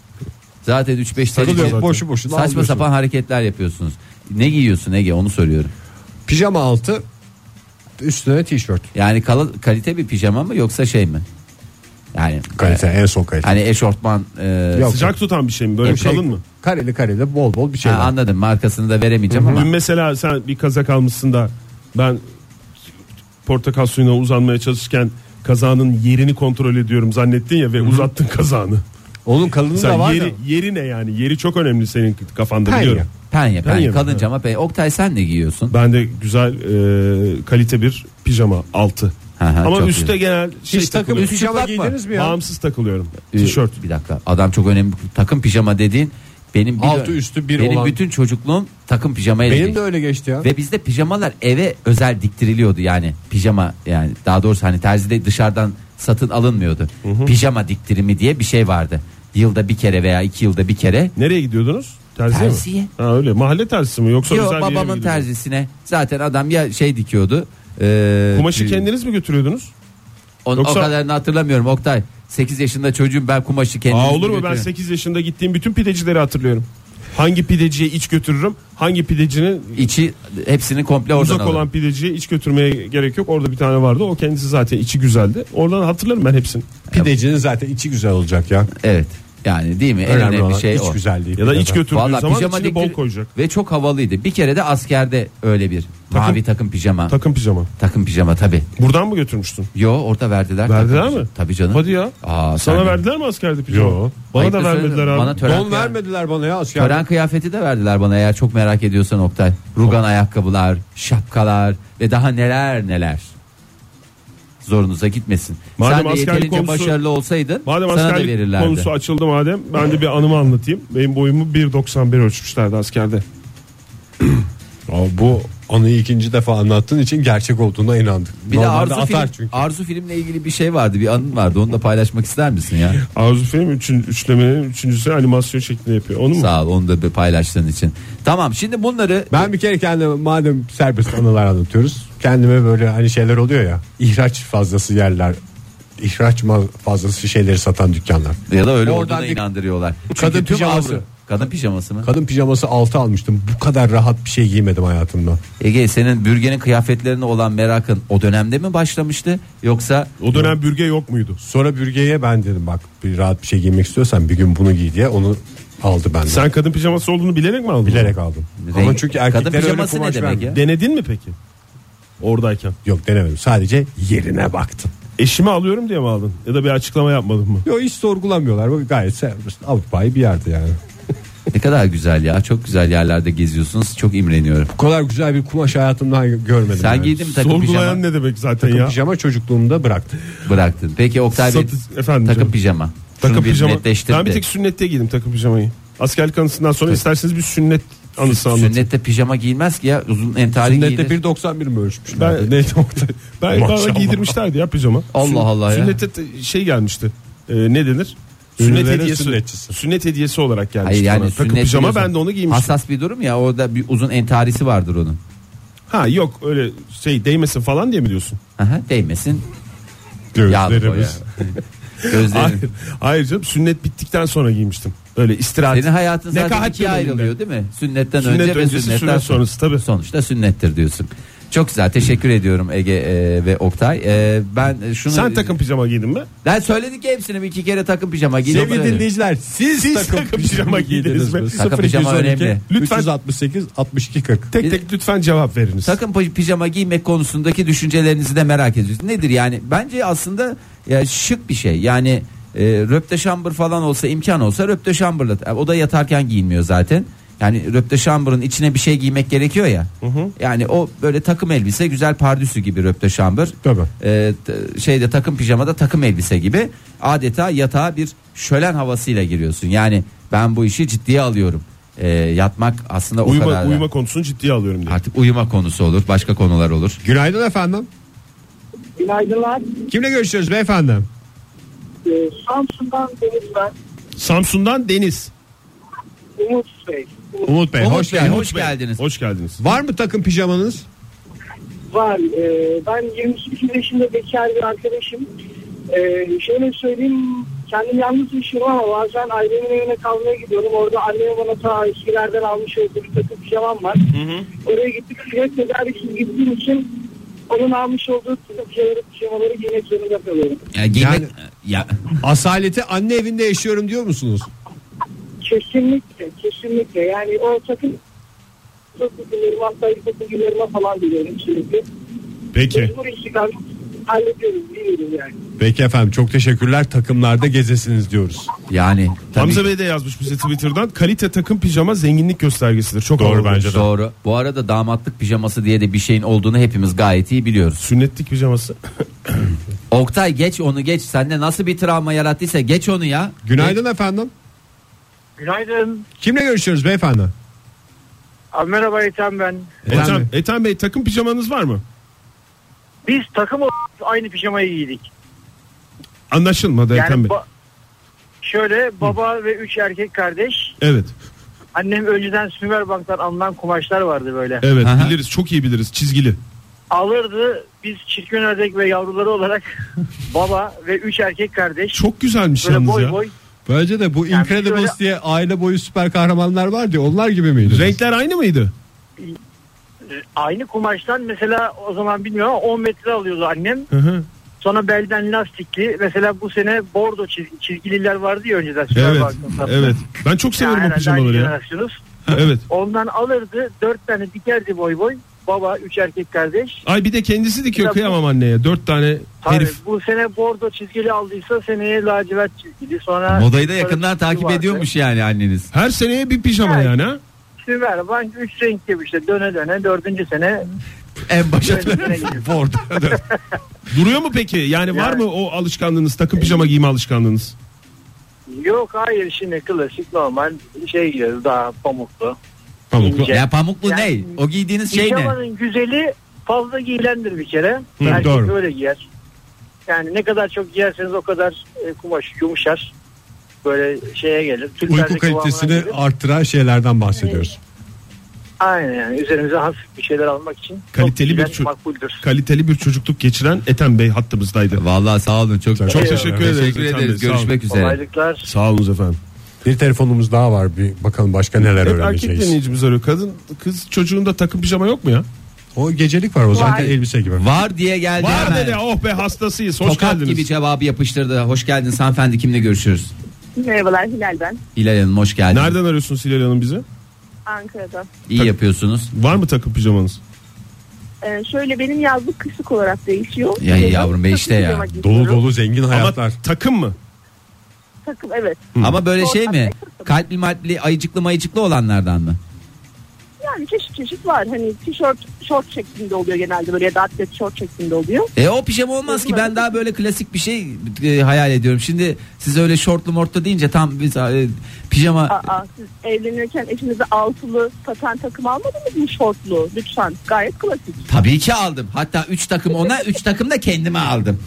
Speaker 4: Zaten üç beş tane
Speaker 3: Takılıyor,
Speaker 4: şey-
Speaker 3: boşu boşuna
Speaker 4: saçma
Speaker 3: avlıyorsun.
Speaker 4: sapan hareketler yapıyorsunuz. Ne giyiyorsun Ege, onu soruyorum.
Speaker 3: Pijama altı, üstüne tişört.
Speaker 4: Yani kal- kalite bir pijama mı yoksa şey mi? Yani
Speaker 3: Kalite,
Speaker 4: e,
Speaker 3: en son kalite.
Speaker 4: hani eşortman e,
Speaker 3: Yok.
Speaker 1: Sıcak tutan bir şey mi? Böyle
Speaker 3: Bir şey,
Speaker 1: kalın mı?
Speaker 3: Kareli kareli bol bol bir şey
Speaker 4: ha,
Speaker 3: var.
Speaker 4: anladım, markasını da veremeyeceğim ama
Speaker 1: Dün mesela sen bir kazak almışsın da ben portakal suyuna uzanmaya çalışırken kazağının yerini kontrol ediyorum zannettin ya ve uzattın kazağını.
Speaker 3: Onun kalını
Speaker 1: Sen
Speaker 3: da var
Speaker 1: yeri,
Speaker 3: da.
Speaker 1: yeri ne yani? Yeri çok önemli senin kafanda
Speaker 3: Penye.
Speaker 1: biliyorum.
Speaker 4: penye penye,
Speaker 1: Penye mi?
Speaker 4: kalınca ama penye. Oktay sen ne giyiyorsun?
Speaker 1: Ben de güzel e, kalite bir pijama altı.
Speaker 4: Hı hı,
Speaker 1: Ama
Speaker 4: çok
Speaker 1: üstte
Speaker 4: güzel.
Speaker 1: genel şey
Speaker 3: Hiç takım
Speaker 1: takılıyorum.
Speaker 3: pijama
Speaker 4: çıplak mı?
Speaker 3: giydiniz mi ya?
Speaker 1: Bağımsız takılıyorum.
Speaker 4: Ee,
Speaker 1: Tişört.
Speaker 4: Bir dakika, adam çok önemli. Takım pijama dediğin benim bir
Speaker 3: Altı üstü bir
Speaker 4: benim
Speaker 3: olan.
Speaker 4: bütün çocukluğum takım pijamayla
Speaker 3: Benim
Speaker 4: geçti.
Speaker 3: de öyle geçti ya.
Speaker 4: Ve bizde pijamalar eve özel diktiriliyordu, yani pijama, yani daha doğrusu hani terzide dışarıdan satın alınmıyordu. Pijama diktirimi diye bir şey vardı. Yılda bir kere veya iki yılda bir kere.
Speaker 1: Nereye gidiyordunuz? Terziye,
Speaker 4: Terziye.
Speaker 1: mi? Ha öyle. Mahalle terzisi mi yoksa
Speaker 4: Yok,
Speaker 1: özel bir yere mi
Speaker 4: babamın
Speaker 1: gidiyordunuz?
Speaker 4: terzisine zaten adam ya şey dikiyordu. E,
Speaker 1: Kumaşı kendiniz mi götürüyordunuz?
Speaker 4: on,
Speaker 1: Yoksa-
Speaker 4: O kadarını hatırlamıyorum Oktay. sekiz yaşında çocuğum ben, kumaşı kendim.
Speaker 1: Aa, olur mu? Ben sekiz yaşında gittiğim bütün pidecileri hatırlıyorum. Hangi pideciye iç götürürüm? Hangi pidecinin
Speaker 4: içi hepsini komple oradan
Speaker 1: uzak
Speaker 4: alırım.
Speaker 1: olan pideciye iç götürmeye gerek yok. Orada bir tane vardı. O kendisi zaten içi güzeldi. Oradan hatırlarım ben hepsini.
Speaker 3: Pidecinin zaten içi güzel olacak ya.
Speaker 4: Evet. Yani değil mi? En
Speaker 3: Önemli
Speaker 4: önemli
Speaker 3: olan
Speaker 4: şey
Speaker 3: iç
Speaker 4: o.
Speaker 3: güzelliği.
Speaker 1: Ya da iç
Speaker 3: pidede.
Speaker 1: götürdüğü
Speaker 4: Vallahi
Speaker 1: zaman
Speaker 4: pijama
Speaker 1: içine bol
Speaker 4: diktir-
Speaker 1: koyacak.
Speaker 4: Ve çok havalıydı. Bir kere de askerde öyle bir
Speaker 1: Takım-
Speaker 4: mavi takım pijama.
Speaker 1: Takım pijama.
Speaker 4: takım pijama tabi.
Speaker 1: Buradan mı götürmüştün?
Speaker 4: Yo, orada verdiler.
Speaker 1: Verdiler
Speaker 4: takım
Speaker 1: mi?
Speaker 4: pijama. Tabii canım.
Speaker 1: Hadi ya.
Speaker 4: Aa,
Speaker 1: Sana
Speaker 4: sen-
Speaker 1: verdiler mi askerde pijama?
Speaker 3: Yo.
Speaker 1: Bana
Speaker 4: Ayıptır
Speaker 1: da vermediler
Speaker 4: söyledim.
Speaker 1: abi.
Speaker 4: Bana tören,
Speaker 3: Don vermediler bana ya asker.
Speaker 4: tören kıyafeti de verdiler bana, eğer çok merak ediyorsan Oktay. Rugan ayakkabılar, şapkalar ve daha neler neler. Zorunuza gitmesin.
Speaker 1: Madem
Speaker 4: Sen de
Speaker 1: askerlik
Speaker 4: yeterince
Speaker 1: konusu-
Speaker 4: başarılı olsaydın
Speaker 1: Madem
Speaker 4: sana da
Speaker 1: askerlik
Speaker 4: verirlerdi.
Speaker 1: konusu açıldı madem ben de bir anımı anlatayım. Benim boyumu bir doksan bir ölçmüşlerdi askerde.
Speaker 3: Ama bu anıyı ikinci defa anlattığın için gerçek olduğuna inandık.
Speaker 4: Bir de Arzu
Speaker 3: atar
Speaker 4: film,
Speaker 3: çünkü.
Speaker 4: Arzu filmle ilgili bir şey vardı, bir anın vardı. Onu da paylaşmak ister misin ya?
Speaker 1: Arzu film üçün, üçlemenin üçüncüsü animasyon şeklinde yapıyor. Onu mu?
Speaker 4: Sağ ol, onu da bir paylaştığın için. Tamam, şimdi bunları
Speaker 3: Ben bir kere kendime, madem serbest anılar anlatıyoruz, kendime böyle hani şeyler oluyor ya, ihraç fazlası yerler, ihraç ma- fazlası şeyleri satan dükkanlar.
Speaker 4: ya da öyle
Speaker 3: Oradan
Speaker 4: olduğuna
Speaker 3: bir
Speaker 4: inandırıyorlar.
Speaker 3: kadın
Speaker 4: Çünkü tüm
Speaker 3: pijaması.
Speaker 4: Avrupa- Kadın pijaması mı?
Speaker 3: Kadın pijaması altı almıştım. Bu kadar rahat bir şey giymedim hayatımda.
Speaker 4: Ege, senin bürgenin kıyafetlerine olan merakın o dönemde mi başlamıştı yoksa
Speaker 1: O dönem bürge yok muydu?
Speaker 3: Sonra bürgeye ben dedim, bak bir rahat bir şey giymek istiyorsan bir gün bunu giy diye, onu aldı benden.
Speaker 1: Sen kadın pijaması olduğunu bilerek mi aldın?
Speaker 3: Bilerek aldım.
Speaker 4: Renk-
Speaker 3: Ama çünkü
Speaker 4: kadın
Speaker 3: erkekler öyle
Speaker 4: pijaması ne
Speaker 3: kumaş
Speaker 4: demek
Speaker 3: vermiyor.
Speaker 4: ya?
Speaker 1: Denedin mi peki? Oradayken.
Speaker 3: Yok, denemedim. Sadece yerine baktım.
Speaker 1: Eşimi alıyorum diye mi aldın? Ya da bir açıklama yapmadın mı?
Speaker 3: Yok, hiç sorgulamıyorlar. Bu gayet serbest. Avrupa'yı bir yerde yani.
Speaker 4: ne kadar güzel ya, çok güzel yerlerde geziyorsunuz, çok imreniyorum.
Speaker 3: Bu kadar güzel bir kumaş hayatımda görmedim.
Speaker 4: Sen
Speaker 3: yani.
Speaker 4: giydin mi takım
Speaker 1: Sorgulayan
Speaker 4: pijama?
Speaker 1: ne demek zaten
Speaker 3: Takım
Speaker 1: ya?
Speaker 3: pijama çocukluğumda bıraktım.
Speaker 4: Bıraktın. Peki Oktay Bey,
Speaker 1: Satı- efendim
Speaker 4: takım
Speaker 1: canım.
Speaker 4: pijama.
Speaker 1: Takım
Speaker 4: Şunu bir
Speaker 1: pijama.
Speaker 4: netleştir
Speaker 1: Ben bir
Speaker 4: de.
Speaker 1: tek sünnette giydim takım pijamayı. Askerlik anısından sonra isterseniz bir sünnet anısı anlatayım.
Speaker 4: Sünnette pijama giyilmez ki ya, uzun entari
Speaker 3: Sünnette
Speaker 4: giyilir.
Speaker 3: bir doksan bir mi ölçmüşler?
Speaker 1: Ben-
Speaker 3: Neydi Oktay?
Speaker 1: Ben bana
Speaker 3: Maşallah.
Speaker 1: giydirmişlerdi ya pijama.
Speaker 4: Allah
Speaker 1: Sün-
Speaker 4: Allah ya.
Speaker 1: Sünnette te- şey gelmişti. Ee, ne denir? Sünnet
Speaker 3: Ünlülerin
Speaker 1: hediyesi.
Speaker 3: sünnetçisi.
Speaker 1: Sünnet hediyesi olarak gelmişti.
Speaker 4: Hayır yani
Speaker 1: bana. Takım
Speaker 4: sünnet
Speaker 1: pijama
Speaker 4: biliyorsun,
Speaker 1: ben de onu giymiştim.
Speaker 4: hassas bir durum ya, orada bir uzun entarisi vardır onun.
Speaker 1: Ha yok öyle şey değmesin falan diye mi diyorsun?
Speaker 4: Aha, değmesin. Yağlı boya.
Speaker 3: Gözlerimiz.
Speaker 4: Gözlerin.
Speaker 1: Hayır, hayır canım, sünnet bittikten sonra giymiştim. Öyle istirahat.
Speaker 4: Senin hayatın zaten
Speaker 1: Nekahat
Speaker 4: ikiye
Speaker 1: döneminde.
Speaker 4: ayrılıyor değil mi? Sünnetten
Speaker 1: Sünnet
Speaker 4: önce ve
Speaker 1: öncesi,
Speaker 4: sünnetten
Speaker 1: sünnet
Speaker 4: sonra.
Speaker 1: sonrası tabii.
Speaker 4: Sonuçta sünnettir diyorsun. Çok güzel, teşekkür ediyorum Ege e, ve Oktay. E, ben şunu
Speaker 1: Sen takım pijama giydin mi?
Speaker 4: Ben söyledik ya hepsini, bir iki kere takım pijama giydim.
Speaker 3: Sevgili dinleyiciler, siz,
Speaker 1: Siz
Speaker 3: takım,
Speaker 1: takım
Speaker 3: pijama
Speaker 1: pijama
Speaker 3: giydiniz
Speaker 1: giydiniz
Speaker 3: mi?
Speaker 1: mi?
Speaker 4: Takım pijama önemli.
Speaker 1: Lütfen-
Speaker 3: üç yüz altmış sekiz altmış iki kırk.
Speaker 1: Tek tek lütfen cevap veriniz.
Speaker 4: Takım pi- pijama giymek konusundaki düşüncelerinizi de merak ediyoruz. Nedir yani? Bence aslında ya şık bir şey. Yani e, röpteşambır falan olsa, imkan olsa röpteşambırla. O da yatarken giyinmiyor zaten. Yani röpteşambırın içine bir şey giymek gerekiyor ya.
Speaker 1: Hı hı.
Speaker 4: Yani o böyle takım elbise, güzel pardüsü gibi röpteşambır.
Speaker 3: Tabii.
Speaker 4: E, t- şeyde takım pijamada takım elbise gibi. Adeta yatağa bir şölen havasıyla giriyorsun. Yani ben bu işi ciddiye alıyorum. E, yatmak aslında o
Speaker 1: Uyuma,
Speaker 4: kadar. da-
Speaker 1: uyuma konusunu ciddiye alıyorum diye.
Speaker 4: Artık uyuma konusu olur, başka konular olur.
Speaker 3: Günaydın efendim.
Speaker 2: Günaydınlar.
Speaker 3: Kimle görüşüyoruz beyefendi?
Speaker 2: Ee, Samsun'dan Deniz ben.
Speaker 1: Samsun'dan Deniz.
Speaker 2: Umut Bey. Umut
Speaker 3: Umut Bey,
Speaker 4: Umut
Speaker 3: hoş
Speaker 4: Bey,
Speaker 3: geldiniz.
Speaker 4: hoş geldiniz.
Speaker 1: Hoş geldiniz.
Speaker 3: Var mı takım pijamanız?
Speaker 2: var. Ee, ben yirmi sekiz yaşında bekar bir arkadaşım. Ee, şöyle söyleyeyim, kendim yalnız yaşıyorum ama bazen ailemin evine kalmaya gidiyorum. Orada anneme bana ta eskilerden almış olduğu bir takım pijamam var. Hı hı. Oraya gittik, sürekli tedariksiz gittiğim için onun almış olduğu takım pijamaları, pijamaları giymek zorunda kalıyorum.
Speaker 4: Ya giymek
Speaker 3: Yani-
Speaker 4: ya
Speaker 3: Asaleti anne evinde yaşıyorum diyor musunuz?
Speaker 2: Kesinlikle, kesinlikle. Yani o takım çok günlerime, hatta ilkokul günlerime falan biliyorum sürekli.
Speaker 1: Peki.
Speaker 2: Mecbur istiklal hallediyoruz, biliyoruz yani.
Speaker 3: Peki efendim, çok teşekkürler, takımlarda gezesiniz diyoruz.
Speaker 4: yani tabii
Speaker 1: Hamza Bey de yazmış bize Twitter'dan. Kalite takım pijama zenginlik göstergesidir. Çok
Speaker 3: Doğru
Speaker 1: havalı.
Speaker 3: bence de.
Speaker 4: doğru. Bu arada damatlık pijaması diye de bir şeyin olduğunu hepimiz gayet iyi biliyoruz.
Speaker 1: Sünnetlik pijaması.
Speaker 4: Oktay, geç onu, geç. Sende nasıl bir travma yarattıysa geç onu ya.
Speaker 3: Günaydın efendim.
Speaker 2: Günaydın.
Speaker 3: Kimle görüşüyoruz beyefendi?
Speaker 2: Abi merhaba, Ethem ben.
Speaker 1: Ethem,
Speaker 3: Efendim?
Speaker 1: Ethem Bey, takım pijamanız var mı?
Speaker 2: Biz takım olarak aynı pijamayı giydik.
Speaker 1: Anlaşılmadı Ethem
Speaker 2: Yani
Speaker 1: Bey.
Speaker 2: ba- şöyle baba ve üç erkek kardeş.
Speaker 1: Evet.
Speaker 2: Annem önceden Sümerbank'tan alınan kumaşlar vardı böyle.
Speaker 1: Evet,
Speaker 4: Aha.
Speaker 1: biliriz. Çok iyi biliriz. Çizgili.
Speaker 2: Alırdı, biz çirkin ördek ve yavruları olarak baba ve üç erkek kardeş.
Speaker 1: Çok güzelmiş
Speaker 2: Böyle
Speaker 1: yalnız
Speaker 2: boy
Speaker 1: ya.
Speaker 2: boy.
Speaker 3: Bence de bu
Speaker 2: Yani
Speaker 3: Incredibles
Speaker 2: şöyle-
Speaker 3: diye aile boyu süper kahramanlar var diye, onlar gibi miydi?
Speaker 1: Renkler aynı mıydı?
Speaker 2: Aynı kumaştan mesela, o zaman bilmiyorum ama on metre alıyordu annem.
Speaker 1: Hı hı.
Speaker 2: Sonra belden lastikli. Mesela bu sene bordo çizgi, çizgililer vardı ya önceden.
Speaker 1: Evet.
Speaker 2: Sümerbank'tan satın.
Speaker 1: Evet. Ben çok severim
Speaker 2: Yani
Speaker 1: o pijamaları ya.
Speaker 2: jenerasyonuz.
Speaker 1: Evet.
Speaker 2: Ondan alırdı, dört tane dikerdi boy boy. Baba, üç erkek kardeş.
Speaker 1: Ay bir de kendisi dikiyor,
Speaker 2: Ya bu-
Speaker 1: kıyamam anneye. Dört tane
Speaker 2: Tabii,
Speaker 1: herif.
Speaker 2: bu sene bordo çizgili aldıysa seneye lacivert çizgili. Sonra
Speaker 4: Modayı da
Speaker 2: sonra
Speaker 4: yakından
Speaker 2: çizgili
Speaker 4: takip
Speaker 2: vardı.
Speaker 4: ediyormuş yani anneniz.
Speaker 1: Her seneye bir pijama
Speaker 2: Yani.
Speaker 1: yani ha.
Speaker 2: Sümerbank üç renk gibi işte, döne döne dördüncü sene
Speaker 4: En başa
Speaker 2: döne döne gidiyor.
Speaker 1: Bordo. Duruyor mu peki? Yani var
Speaker 2: Yani-
Speaker 1: mı o alışkanlığınız, takım pijama giyme alışkanlığınız?
Speaker 2: Yok hayır, şimdi klasik normal şey giyiyoruz, daha pamuklu.
Speaker 1: Tamam.
Speaker 3: pamuklu?
Speaker 2: İnce.
Speaker 4: Ya pamuklu
Speaker 2: Yani,
Speaker 4: ne? O giydiğiniz şey ne?
Speaker 2: Pijamanın güzeli fazla giyilendir bir kere.
Speaker 3: Hı,
Speaker 2: Herkes
Speaker 3: doğru.
Speaker 2: böyle giyer. Yani ne kadar çok giyerseniz o kadar e, kumaş yumuşar. Böyle şeye gelir. Tül
Speaker 3: Uyku
Speaker 2: perde kıvamına
Speaker 3: kalitesini
Speaker 2: gelir.
Speaker 3: arttıran şeylerden bahsediyoruz.
Speaker 2: Aynen yani üzerimize hafif bir şeyler almak için
Speaker 1: Kaliteli
Speaker 2: çok
Speaker 1: bir
Speaker 2: güzel,
Speaker 1: ço-
Speaker 2: makbuldür.
Speaker 1: Kaliteli bir çocukluk geçiren Ethem Bey hattımızdaydı.
Speaker 4: Vallahi sağ olun çok
Speaker 3: Çok
Speaker 1: Çok teşekkür ederiz.
Speaker 4: Teşekkür
Speaker 1: Ethem
Speaker 4: ederiz.
Speaker 1: Bey, sağ olun.
Speaker 4: Görüşmek üzere.
Speaker 2: Kolaylıklar.
Speaker 1: Sağ olun efendim.
Speaker 3: Bir telefonumuz daha var. Bir bakalım başka neler
Speaker 1: Hep erkek
Speaker 3: öğreneceğiz.
Speaker 1: dinleyicimiz arıyor. Kadın kız çocuğunda takım pijama yok mu ya?
Speaker 3: O gecelik var, o zaten
Speaker 2: Var.
Speaker 3: elbise gibi.
Speaker 4: Var diye geldi
Speaker 1: Var
Speaker 4: hemen.
Speaker 1: dedi, oh be hastasıyız. Hoş
Speaker 4: Tokat
Speaker 1: geldiniz.
Speaker 4: gibi cevabı yapıştırdı. Hoş geldiniz hanımefendi, kimle görüşürüz?
Speaker 5: Merhabalar, Hilal ben.
Speaker 4: Hilal Hanım hoş geldiniz.
Speaker 1: Nereden arıyorsunuz Hilal Hanım bizi?
Speaker 5: Ankara'dan.
Speaker 4: İyi
Speaker 1: Tak-
Speaker 4: yapıyorsunuz.
Speaker 1: Var mı takım pijamanız?
Speaker 5: Ee, şöyle benim yazlık kışlık olarak değişiyor.
Speaker 4: Ya
Speaker 5: Yazın
Speaker 4: yavrum be
Speaker 5: takım
Speaker 4: işte ya.
Speaker 5: pijama giyiyorum.
Speaker 3: Dolu dolu zengin hayatlar.
Speaker 1: Ama takım mı?
Speaker 5: Takım evet.
Speaker 4: Ama böyle şey mi?
Speaker 5: Takım.
Speaker 4: Kalpli malpli ayıcıklı mayıcıklı olanlardan mı?
Speaker 5: Yani çeşit çeşit var. Hani tişört, şort şeklinde oluyor genelde böyle ya da atlet şort şeklinde oluyor.
Speaker 4: E o pijama olmaz ki, ben daha böyle klasik bir şey e, hayal ediyorum. Şimdi siz öyle şortlu mortlu deyince tam biz e, pijama.
Speaker 5: Aa, siz evlenirken eşinize altılı saten takım almadınız mı şortlu? Lütfen, gayet klasik.
Speaker 4: Tabii ki aldım. Hatta üç takım ona, üç takım da kendime aldım.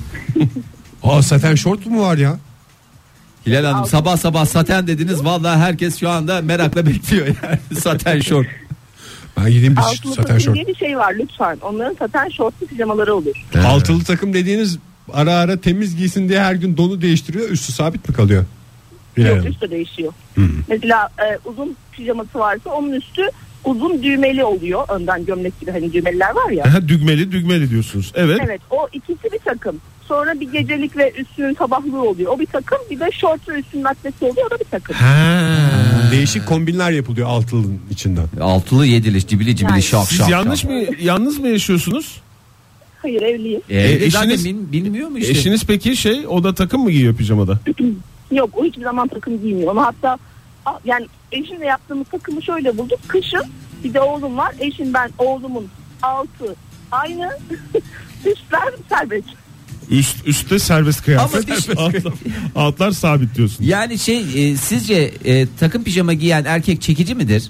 Speaker 3: Aa, saten şort mu var ya?
Speaker 4: Hilal Hanım
Speaker 5: Aldım.
Speaker 4: sabah sabah saten dediniz. Vallahi herkes şu anda merakla bekliyor yani. Saten şort.
Speaker 3: Ben gideyim bir
Speaker 5: Altılı
Speaker 3: saten
Speaker 5: takım
Speaker 3: şort.
Speaker 5: diye bir şey var lütfen. Onların saten şortlu pijamaları olur.
Speaker 3: Altılı takım dediğiniz ara ara temiz giysin diye her gün donu değiştiriyor. Üstü sabit mi kalıyor? Hilal
Speaker 5: Yok,
Speaker 3: Hanım.
Speaker 5: üstü de değişiyor. Mesela e, uzun pijaması varsa onun üstü uzun düğmeli oluyor. Önden gömlek gibi hani düğmeliler var ya.
Speaker 1: Aha, düğmeli düğmeli diyorsunuz. Evet.
Speaker 5: Evet, o ikisi bir takım. Sonra bir gecelik ve üstünün sabahlığı oluyor. O bir takım. Bir de şort ve üstünün atleti oluyor. O da bir takım.
Speaker 3: Ha, değişik kombinler yapılıyor altılının içinden.
Speaker 4: Altılı yedili cibili cibili
Speaker 5: Yani.
Speaker 4: şak
Speaker 1: Siz
Speaker 4: şak.
Speaker 1: yanlış
Speaker 4: şak.
Speaker 1: mı yalnız mı yaşıyorsunuz?
Speaker 5: Hayır, evliyim.
Speaker 4: E,
Speaker 1: E,
Speaker 4: zaten
Speaker 1: eşiniz-
Speaker 4: bil- bilmiyor mu işte?
Speaker 1: Eşiniz peki şey, o da takım mı giyiyor pijamada?
Speaker 5: Yok, o hiçbir zaman takım giymiyor. Ama hatta a- yani eşimle yaptığımız takımı şöyle bulduk. Kışın bir de oğlum var. Eşim, ben, oğlumun altı aynı. Üstler serbest.
Speaker 1: Üst üstte serbest kıyafet.
Speaker 4: Ama bir şey-
Speaker 1: altlar, altlar sabit diyorsun.
Speaker 4: Yani şey e, sizce e, takım pijama giyen erkek çekici midir?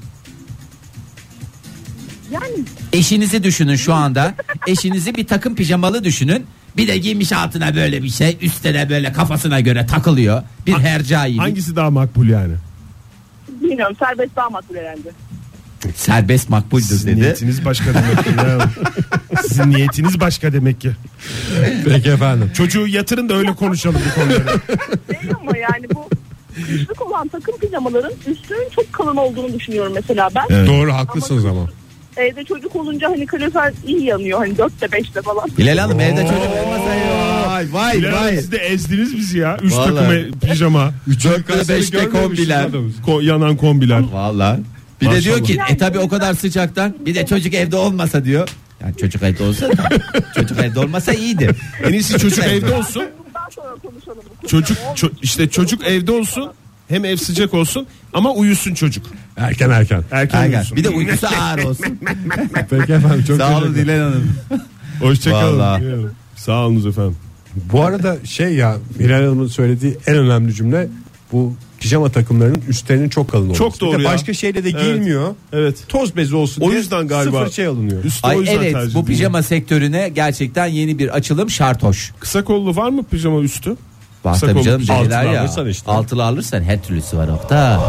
Speaker 5: Yani
Speaker 4: Eşinizi düşünün şu anda. Eşinizi bir takım pijamalı düşünün. Bir de giymiş altına böyle bir şey. Üstüne böyle kafasına göre takılıyor. Bir hercai.
Speaker 1: Hangisi daha makbul yani?
Speaker 5: bilmiyorum, serbest daha makbul herhalde.
Speaker 4: Serbest makbuldür
Speaker 1: Sizin
Speaker 4: dedi.
Speaker 1: niyetiniz başka demek ki. ya. Sizin niyetiniz başka demek ki.
Speaker 3: Peki efendim.
Speaker 1: Çocuğu yatırın da öyle konuşalım bu konuları.
Speaker 5: Değil ama yani bu kışlık olan takım pijamaların üstünün çok kalın olduğunu düşünüyorum mesela ben.
Speaker 1: Evet.
Speaker 3: Doğru, haklısınız ama.
Speaker 5: Evde çocuk olunca hani kalorifer iyi yanıyor. Hani dörtte beşte falan.
Speaker 4: Hilal Hanım evde çocuk olmasa ya. Vay vay
Speaker 1: Bilal Hanım,
Speaker 4: vay.
Speaker 1: siz de ezdiniz bizi ya. Üç
Speaker 4: Vallahi.
Speaker 1: takım e- pijama.
Speaker 4: Dörtte beşte kombiler.
Speaker 1: Ko- yanan kombiler.
Speaker 4: Valla. Bir de
Speaker 1: Maşallah.
Speaker 4: diyor ki e tabi o kadar sıcaktan bir de çocuk evde olmasa diyor. Yani çocuk evde olsa da, çocuk evde olmasa iyiydi.
Speaker 1: En iyisi çocuk evde olsun.
Speaker 5: Bundan sonra konuşalım. bu konuyu.
Speaker 1: Çocuk ço- işte çocuk evde olsun. Hem ev sıcak olsun ama uyusun çocuk.
Speaker 3: Erken erken.
Speaker 1: Erken
Speaker 4: Aynen.
Speaker 1: uyusun.
Speaker 4: Bir de uykusu ağır olsun.
Speaker 3: Peki efendim, çok
Speaker 4: Sağ olun
Speaker 3: teşekkür ederim.
Speaker 4: Hilal Hanım.
Speaker 1: Hoşçakalın.
Speaker 4: Vallahi.
Speaker 1: Sağ olunuz efendim.
Speaker 3: Bu arada şey ya, Hilal Hanım'ın söylediği en önemli cümle bu pijama takımlarının üstlerinin çok kalın olması.
Speaker 1: Çok doğru
Speaker 3: Bir de
Speaker 1: ya.
Speaker 3: başka şeyle de
Speaker 1: Evet.
Speaker 3: giyilmiyor.
Speaker 1: Evet.
Speaker 3: Toz bezi olsun
Speaker 1: O
Speaker 3: diye
Speaker 1: yüzden galiba
Speaker 3: sıfır şey alınıyor.
Speaker 1: Üstü o
Speaker 4: Ay
Speaker 1: yüzden
Speaker 4: evet
Speaker 1: tercih
Speaker 4: bu
Speaker 1: ediliyor.
Speaker 4: pijama sektörüne gerçekten yeni bir açılım şartoş.
Speaker 1: Kısa kollu var mı pijama üstü?
Speaker 4: Var
Speaker 1: Kısa
Speaker 4: tabii
Speaker 1: kollu
Speaker 4: canım
Speaker 1: pijama.
Speaker 4: deliler
Speaker 3: Altılı
Speaker 4: ya.
Speaker 3: alırsan işte.
Speaker 4: Altılı alırsan her türlüsü var Okta.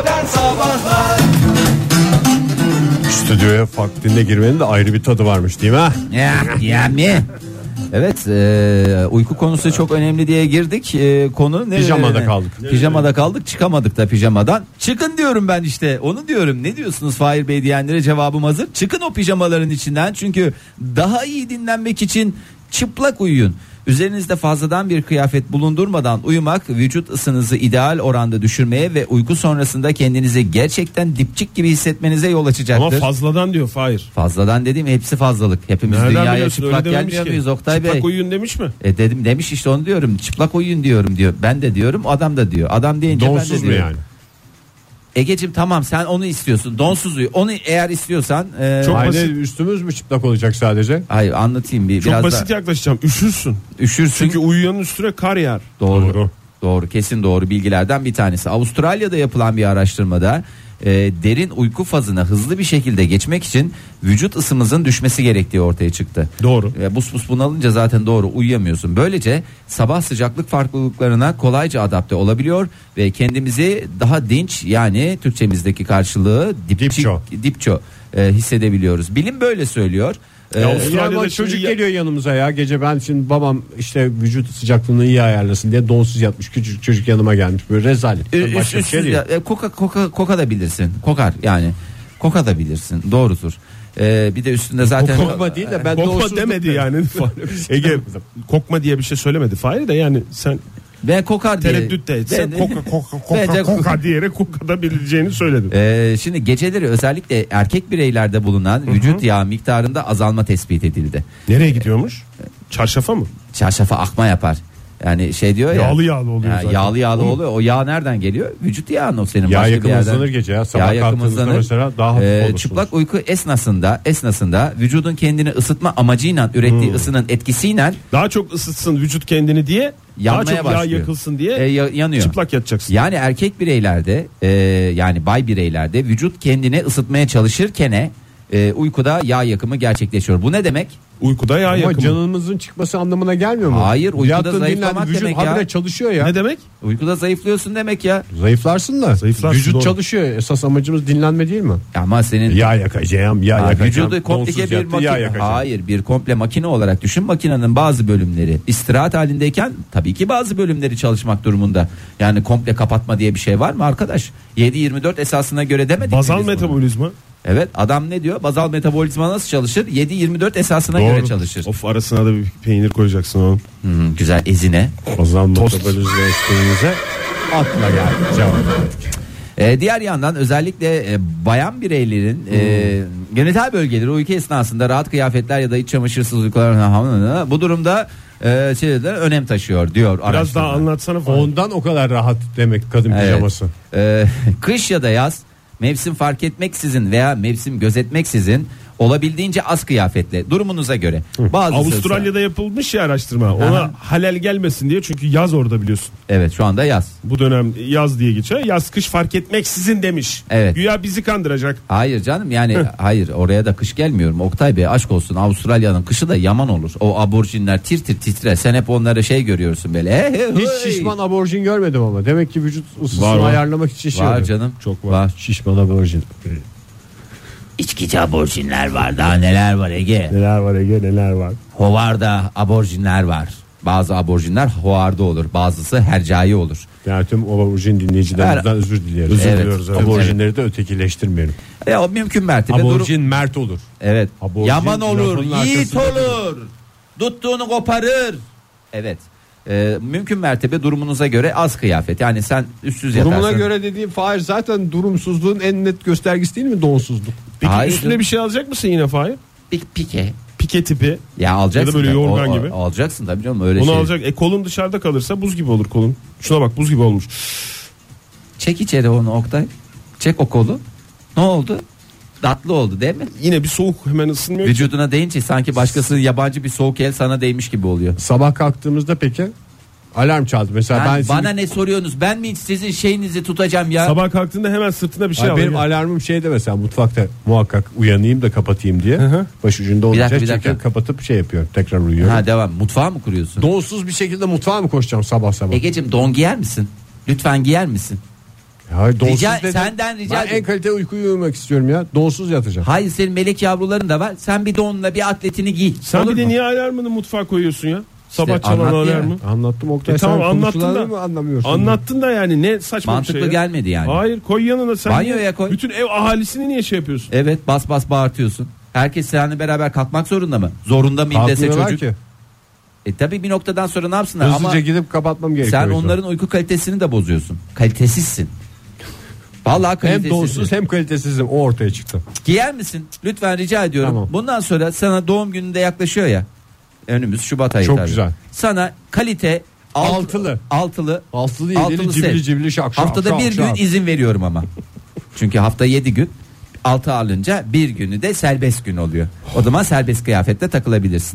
Speaker 3: Stüdyoya vaktinde girmenin de ayrı bir tadı varmış değil mi? ha?
Speaker 4: Ya, ya mi? Evet e, uyku konusu çok önemli diye girdik. E, konu ne?
Speaker 3: Pijamada kaldık.
Speaker 4: Pijamada kaldık, çıkamadık da pijamadan. Çıkın diyorum ben işte, onu diyorum. Ne diyorsunuz Fahir Bey diyenlere cevabım hazır. Çıkın o pijamaların içinden, çünkü daha iyi dinlenmek için çıplak uyuyun. Üzerinizde fazladan bir kıyafet bulundurmadan uyumak vücut ısınızı ideal oranda düşürmeye ve uyku sonrasında kendinizi gerçekten dipçik gibi hissetmenize yol
Speaker 1: Ama
Speaker 4: açacaktır.
Speaker 1: fazladan diyor Fahir.
Speaker 4: Fazladan dediğim hepsi fazlalık. Hepimiz
Speaker 1: Nereden
Speaker 4: dünyaya
Speaker 1: biliyorsun? Öyle
Speaker 4: çıplak
Speaker 1: dememiş
Speaker 4: gelmiyor
Speaker 1: ki.
Speaker 4: muyuz Oktay Bey?
Speaker 1: Çıplak uyuyun demiş mi?
Speaker 4: E dedim demiş işte, onu diyorum. Çıplak uyuyun diyorum diyor. Ben de diyorum, adam da diyor. Adam deyince ben de
Speaker 3: Donsuz mu
Speaker 4: diyorum.
Speaker 3: yani?
Speaker 4: Egeciğim tamam, sen onu istiyorsun. Donsuz uyu. Onu eğer istiyorsan e,
Speaker 1: Çok
Speaker 3: Aynı
Speaker 1: basit.
Speaker 3: üstümüz mü çıplak olacak sadece?
Speaker 4: hayır anlatayım bir
Speaker 1: Çok
Speaker 4: biraz
Speaker 1: basit
Speaker 4: da
Speaker 1: yaklaşacağım. Üşürsün.
Speaker 4: üşürsün.
Speaker 1: Çünkü uyuyanın üstüne kar yer.
Speaker 4: doğru.
Speaker 3: Doğru.
Speaker 4: Doğru, kesin doğru bilgilerden bir tanesi. Avustralya'da yapılan bir araştırmada e, derin uyku fazına hızlı bir şekilde geçmek için vücut ısımızın düşmesi gerektiği ortaya çıktı.
Speaker 1: Doğru.
Speaker 4: E, bus bus bunalınca zaten doğru uyuyamıyorsun. Böylece sabah sıcaklık farklılıklarına kolayca adapte olabiliyor ve kendimizi daha dinç, yani Türkçemizdeki karşılığı dipçi,
Speaker 3: Dipço.
Speaker 4: dipço e, hissedebiliyoruz. Bilim böyle söylüyor.
Speaker 1: Ya
Speaker 4: E,
Speaker 1: Avustralya'da
Speaker 3: Yani
Speaker 1: şimdi
Speaker 3: çocuk
Speaker 1: ya-
Speaker 3: geliyor yanımıza ya gece, ben şimdi babam işte vücut sıcaklığını iyi ayarlasın diye donsuz yatmış, küçük çocuk yanıma gelmiş, böyle rezalet.
Speaker 4: Üst,
Speaker 3: Başka bir
Speaker 4: üst,
Speaker 3: şey değil.
Speaker 4: e, koka koka koka da bilirsin. Kokar yani. Koka da bilirsin. Doğrudur. Ee, bir de üstünde zaten
Speaker 3: Kokma değil de ben
Speaker 1: Kokma
Speaker 3: donsuzluk
Speaker 1: demedi
Speaker 3: dedim.
Speaker 1: yani. Ege kokma diye bir şey söylemedi Fahir de, yani sen
Speaker 4: ve kokar diye.
Speaker 1: tereddüt de etsen
Speaker 4: Ben-
Speaker 1: koka koka koka
Speaker 4: Bence-
Speaker 1: koka diyerek kokadabileceğini söyledin.
Speaker 4: Ee, şimdi geceleri özellikle erkek bireylerde bulunan vücut yağı miktarında azalma tespit edildi.
Speaker 1: Nereye gidiyormuş? Çarşafa mı?
Speaker 4: Çarşafa akma yapar. Yani şey diyor ya.
Speaker 1: Yağlı yağlı oluyor
Speaker 4: ya,
Speaker 1: zaten.
Speaker 4: Yağlı yağlı
Speaker 1: Oğlum,
Speaker 4: oluyor. O yağ nereden geliyor? Vücut yağı o senin.
Speaker 3: Yağ
Speaker 4: başka bir
Speaker 3: yakımı
Speaker 4: yerden.
Speaker 3: hızlanır gece ya. Sabah
Speaker 4: Yağ yakımı
Speaker 3: kalktığınızda
Speaker 4: hızlanır.
Speaker 3: mesela daha hafif
Speaker 4: Ee,
Speaker 3: olursunuz.
Speaker 4: çıplak uyku esnasında esnasında vücudun kendini ısıtma amacıyla ürettiği
Speaker 1: Hmm.
Speaker 4: ısının etkisiyle
Speaker 1: daha çok ısıtsın vücut kendini diye,
Speaker 4: yanmaya
Speaker 1: daha çok
Speaker 4: başlıyor.
Speaker 1: yağ yakılsın diye
Speaker 4: E, ya- yanıyor.
Speaker 1: çıplak yatacaksın.
Speaker 4: Yani erkek bireylerde e, yani bay bireylerde vücut kendini ısıtmaya çalışırken e, uykuda yağ yakımı gerçekleşiyor. Bu ne demek?
Speaker 1: Uykuda yağ
Speaker 3: Ama
Speaker 1: yakımı.
Speaker 3: canımızın çıkması anlamına gelmiyor mu?
Speaker 4: Hayır, uykuda
Speaker 3: Yattın,
Speaker 4: zayıflamak
Speaker 3: dinlendin, vücut
Speaker 4: demek ya.
Speaker 3: habire çalışıyor ya.
Speaker 1: Ne demek?
Speaker 4: Uykuda zayıflıyorsun demek ya.
Speaker 3: Zayıflarsın da.
Speaker 1: Zayıflarsın,
Speaker 3: Vücut
Speaker 1: doğru.
Speaker 3: çalışıyor. Esas amacımız dinlenme değil mi?
Speaker 4: Ama senin
Speaker 3: Yağ yakacağım, yağ
Speaker 4: Ha,
Speaker 3: yakacağım.
Speaker 4: vücudu komplike
Speaker 3: donsuz
Speaker 4: bir
Speaker 3: yattı, yağ
Speaker 4: makine.
Speaker 3: yakacağım.
Speaker 4: Hayır, bir komple makine olarak düşün. Makinenin bazı bölümleri istirahat halindeyken tabii ki bazı bölümleri çalışmak durumunda. Yani komple kapatma diye bir şey var mı arkadaş? yedi yirmi dört esasına göre demedik mi
Speaker 1: Bazal
Speaker 4: biz bunu?
Speaker 1: metabolizma.
Speaker 4: Evet, adam ne diyor? Bazal metabolizma nasıl çalışır? yedi yirmi dört esasına
Speaker 1: Doğru.
Speaker 4: göre çalışır.
Speaker 1: Of, arasına da bir peynir koyacaksın onun.
Speaker 4: Hmm, güzel ezine.
Speaker 3: O zaman
Speaker 1: Tost.
Speaker 3: metabolizma isteğinize atla geldi cevap.
Speaker 4: Ee, diğer yandan özellikle e, bayan bireylerin e, genital bölgeleri uyku esnasında rahat kıyafetler ya da iç çamaşırsız uykular bu durumda e, şeyde önem taşıyor diyor
Speaker 1: Biraz
Speaker 4: araştırma.
Speaker 1: daha anlatsana falan.
Speaker 3: Ondan o kadar rahat demek kadın
Speaker 4: Evet.
Speaker 3: pijaması.
Speaker 4: Ee, kış ya da yaz mevsim fark etmeksizin veya mevsim gözetmeksizin olabildiğince az kıyafetle durumunuza göre. Bazısı
Speaker 1: Avustralya'da yapılmış ya araştırma. Ona
Speaker 4: Aha.
Speaker 1: halel gelmesin diye, çünkü yaz orada biliyorsun.
Speaker 4: Evet, şu anda yaz.
Speaker 1: Bu dönem yaz diye geçiyor. Yaz kış fark etmeksizin demiş.
Speaker 4: Evet.
Speaker 1: Güya bizi kandıracak.
Speaker 4: Hayır canım, yani hayır, oraya da kış gelmiyorum. Oktay Bey, aşk olsun, Avustralya'nın kışı da yaman olur. O aborjinler tir tir titrer. Sen hep onları şey görüyorsun böyle. He, he,
Speaker 3: Hiç
Speaker 4: hey.
Speaker 3: şişman aborjin görmedim ama. Demek ki vücut ısısını
Speaker 1: Var, var.
Speaker 3: ayarlamak için şey
Speaker 4: Var
Speaker 3: oluyor.
Speaker 4: canım.
Speaker 1: Çok var.
Speaker 4: Var.
Speaker 3: Şişman aborjin.
Speaker 4: İçkici aborjinler var. Daha neler var Ege?
Speaker 1: Neler var Ege, neler var.
Speaker 4: Hovarda aborjinler var. Bazı aborjinler hovarda olur. Bazısı hercai olur.
Speaker 3: Yani tüm aborjin dinleyicilerimizden
Speaker 4: Her-
Speaker 3: özür dileriz.
Speaker 4: Özür
Speaker 3: Evet.
Speaker 4: diliyoruz, evet.
Speaker 3: Aborjinleri de ötekileştirmeyelim.
Speaker 4: E, o mümkün mertebe
Speaker 3: Aborjin
Speaker 4: durum.
Speaker 3: mert olur.
Speaker 4: Evet.
Speaker 3: Aborjin
Speaker 4: Yaman olur,
Speaker 3: lafının
Speaker 4: yiğit
Speaker 3: arkasında
Speaker 4: olur. Tuttuğunu koparır. Evet. E, mümkün mertebe durumunuza göre az kıyafet. Yani sen üstsüz
Speaker 3: Durumuna
Speaker 4: yatarsın.
Speaker 3: göre dediğim Fahir zaten durumsuzluğun en net göstergesi değil mi donsuzluk?
Speaker 1: Peki
Speaker 4: Hayır
Speaker 1: üstüne
Speaker 4: canım.
Speaker 1: bir şey alacak mısın yine Fahir?
Speaker 4: Bir pike.
Speaker 1: Pike tipi.
Speaker 4: Ya alacaksın.
Speaker 1: Ya da böyle
Speaker 4: da.
Speaker 1: yorgan
Speaker 4: O- o-
Speaker 1: gibi.
Speaker 4: Alacaksın tabii canım, öyle
Speaker 1: Onu
Speaker 4: şey.
Speaker 1: alacak. E kolun dışarıda kalırsa buz gibi olur kolun. Şuna bak, buz gibi olmuş.
Speaker 4: Çek içeri onu Oktay. Çek o kolu. Ne oldu? Tatlı oldu değil mi?
Speaker 1: Yine bir soğuk, hemen ısınmıyor.
Speaker 4: Vücuduna değince sanki başkası, yabancı bir soğuk el sana değmiş gibi oluyor.
Speaker 3: Sabah kalktığımızda peki alarm çaldı. Mesela
Speaker 4: Ben-
Speaker 3: ben sizin-
Speaker 4: bana ne soruyorsunuz? Ben mi sizin şeyinizi tutacağım ya?
Speaker 1: Sabah kalktığında hemen sırtına bir şey
Speaker 3: Ay,
Speaker 1: al.
Speaker 3: benim
Speaker 1: Ege.
Speaker 3: alarmım şeyde mesela mutfakta muhakkak uyanayım da kapatayım diye.
Speaker 1: hı.
Speaker 3: Başucunda
Speaker 4: Bir dakika,
Speaker 3: olacak
Speaker 4: bir
Speaker 3: çünkü
Speaker 4: dakika.
Speaker 3: kapatıp şey yapıyorum. Tekrar uyuyorum.
Speaker 4: Ha, devam. Mutfağa mı kuruyorsun?
Speaker 3: Donsuz bir şekilde mutfağa mı koşacağım sabah sabah?
Speaker 4: Egeciğim, don giyer misin? Lütfen giyer misin?
Speaker 3: Hayır, donsuz
Speaker 4: Rica-
Speaker 3: dedim.
Speaker 4: senden rica
Speaker 3: Ben
Speaker 4: ediyorum.
Speaker 3: en kalite uykuyu uyumak istiyorum ya. Donsuz yatacağım.
Speaker 4: Hayır, senin melek yavruların da var. Sen bir donla bir atletini giy.
Speaker 1: Sen
Speaker 4: Olur
Speaker 1: bir de
Speaker 4: mu?
Speaker 1: niye alarmını mutfağa koyuyorsun ya? Sabah çalan
Speaker 4: anlat ya.
Speaker 1: alarmı.
Speaker 3: Anlattım Oktay.
Speaker 1: E tamam,
Speaker 3: sen
Speaker 1: anlattın
Speaker 3: konuşulanları
Speaker 1: da.
Speaker 3: mı anlamıyorsun?
Speaker 1: Anlattın da, yani ne saçma
Speaker 4: Mantıklı
Speaker 1: bir şey ya.
Speaker 4: gelmedi yani.
Speaker 1: Hayır, koy yanına sen.
Speaker 4: Banyoya
Speaker 1: niye-
Speaker 4: koy.
Speaker 1: Bütün ev ahalisini niye şey yapıyorsun?
Speaker 4: Evet, bas bas bağırtıyorsun. Herkes seninle beraber kalkmak zorunda mı? Zorunda mıyım dese
Speaker 3: Kalkmıyorlar
Speaker 4: çocuk.
Speaker 3: ki.
Speaker 4: E tabi bir noktadan sonra ne yapsınlar?
Speaker 3: Hızlıca
Speaker 4: Ama
Speaker 3: gidip kapatmam gerekiyor.
Speaker 4: sen
Speaker 3: o yüzden.
Speaker 4: onların uyku kalitesini de bozuyorsun. Kalitesizsin. Vallahi
Speaker 3: hem
Speaker 4: kalitesizsin.
Speaker 3: donsuz hem kalitesizim, o ortaya çıktı.
Speaker 4: Giyer misin? Lütfen rica ediyorum.
Speaker 3: Tamam.
Speaker 4: Bundan sonra sana doğum gününde yaklaşıyor ya. Önümüz Şubat ayı
Speaker 3: Çok
Speaker 4: tabii.
Speaker 3: güzel.
Speaker 4: Sana kalite alt-
Speaker 3: Altılı.
Speaker 4: altılı
Speaker 3: Altılı yedili
Speaker 4: altılı
Speaker 3: cibili
Speaker 4: set.
Speaker 3: cibili şak şak
Speaker 4: Haftada
Speaker 3: şak
Speaker 4: bir
Speaker 3: şak.
Speaker 4: gün izin veriyorum ama. Çünkü hafta yedi gün. Altı alınca bir günü de serbest gün oluyor. O zaman serbest kıyafetle takılabilirsin.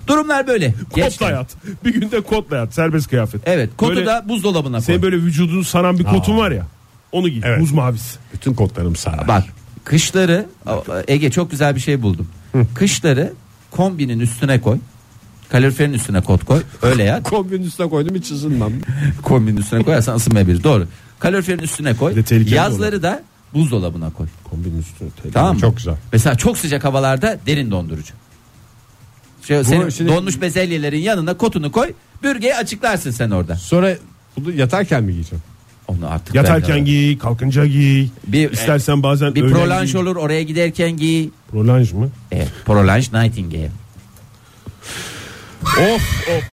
Speaker 4: Durumlar böyle.
Speaker 1: Kotla
Speaker 4: Gençler.
Speaker 1: yat. Bir günde kotla yat. Serbest kıyafet.
Speaker 4: Evet, kotu
Speaker 1: Böyle-
Speaker 4: da buzdolabına koy.
Speaker 1: Senin böyle vücudunu saran bir kotun var ya. Onu giy.
Speaker 3: Evet.
Speaker 1: Buz mavisi.
Speaker 3: Bütün kotlarım sarar.
Speaker 4: Bak, kışları Ege çok güzel bir şey buldum. Kışları kombinin üstüne koy. Kaloriferin üstüne kot koy. Öyle yat.
Speaker 3: Kombinin üstüne koydum hiç ısınmam.
Speaker 4: Kombinin üstüne koyarsan ısınmayabilir. Doğru. Kaloriferin üstüne koy.
Speaker 1: Bir de tehlikeli
Speaker 4: Yazları da buzdolabına koy.
Speaker 3: Kombinin üstüne.
Speaker 4: Tamam mı?
Speaker 3: Çok güzel.
Speaker 4: Mesela çok sıcak havalarda derin dondurucu. Şey, senin
Speaker 3: şimdi-
Speaker 4: donmuş bezelyelerin yanına kotunu koy. Bürgeye açıklarsın sen orada.
Speaker 3: Sonra bunu yatarken mi giyeceğim?
Speaker 4: Onu artık ben
Speaker 1: Yatarken
Speaker 4: de-
Speaker 1: giy, kalkınca giy.
Speaker 4: Bir-
Speaker 1: İstersen bazen
Speaker 4: Bir
Speaker 1: öğlen
Speaker 4: prolanj
Speaker 1: giy.
Speaker 4: olur, oraya giderken giy.
Speaker 1: Prolanj mı?
Speaker 4: Evet, prolanj Nightingale.
Speaker 1: Of of.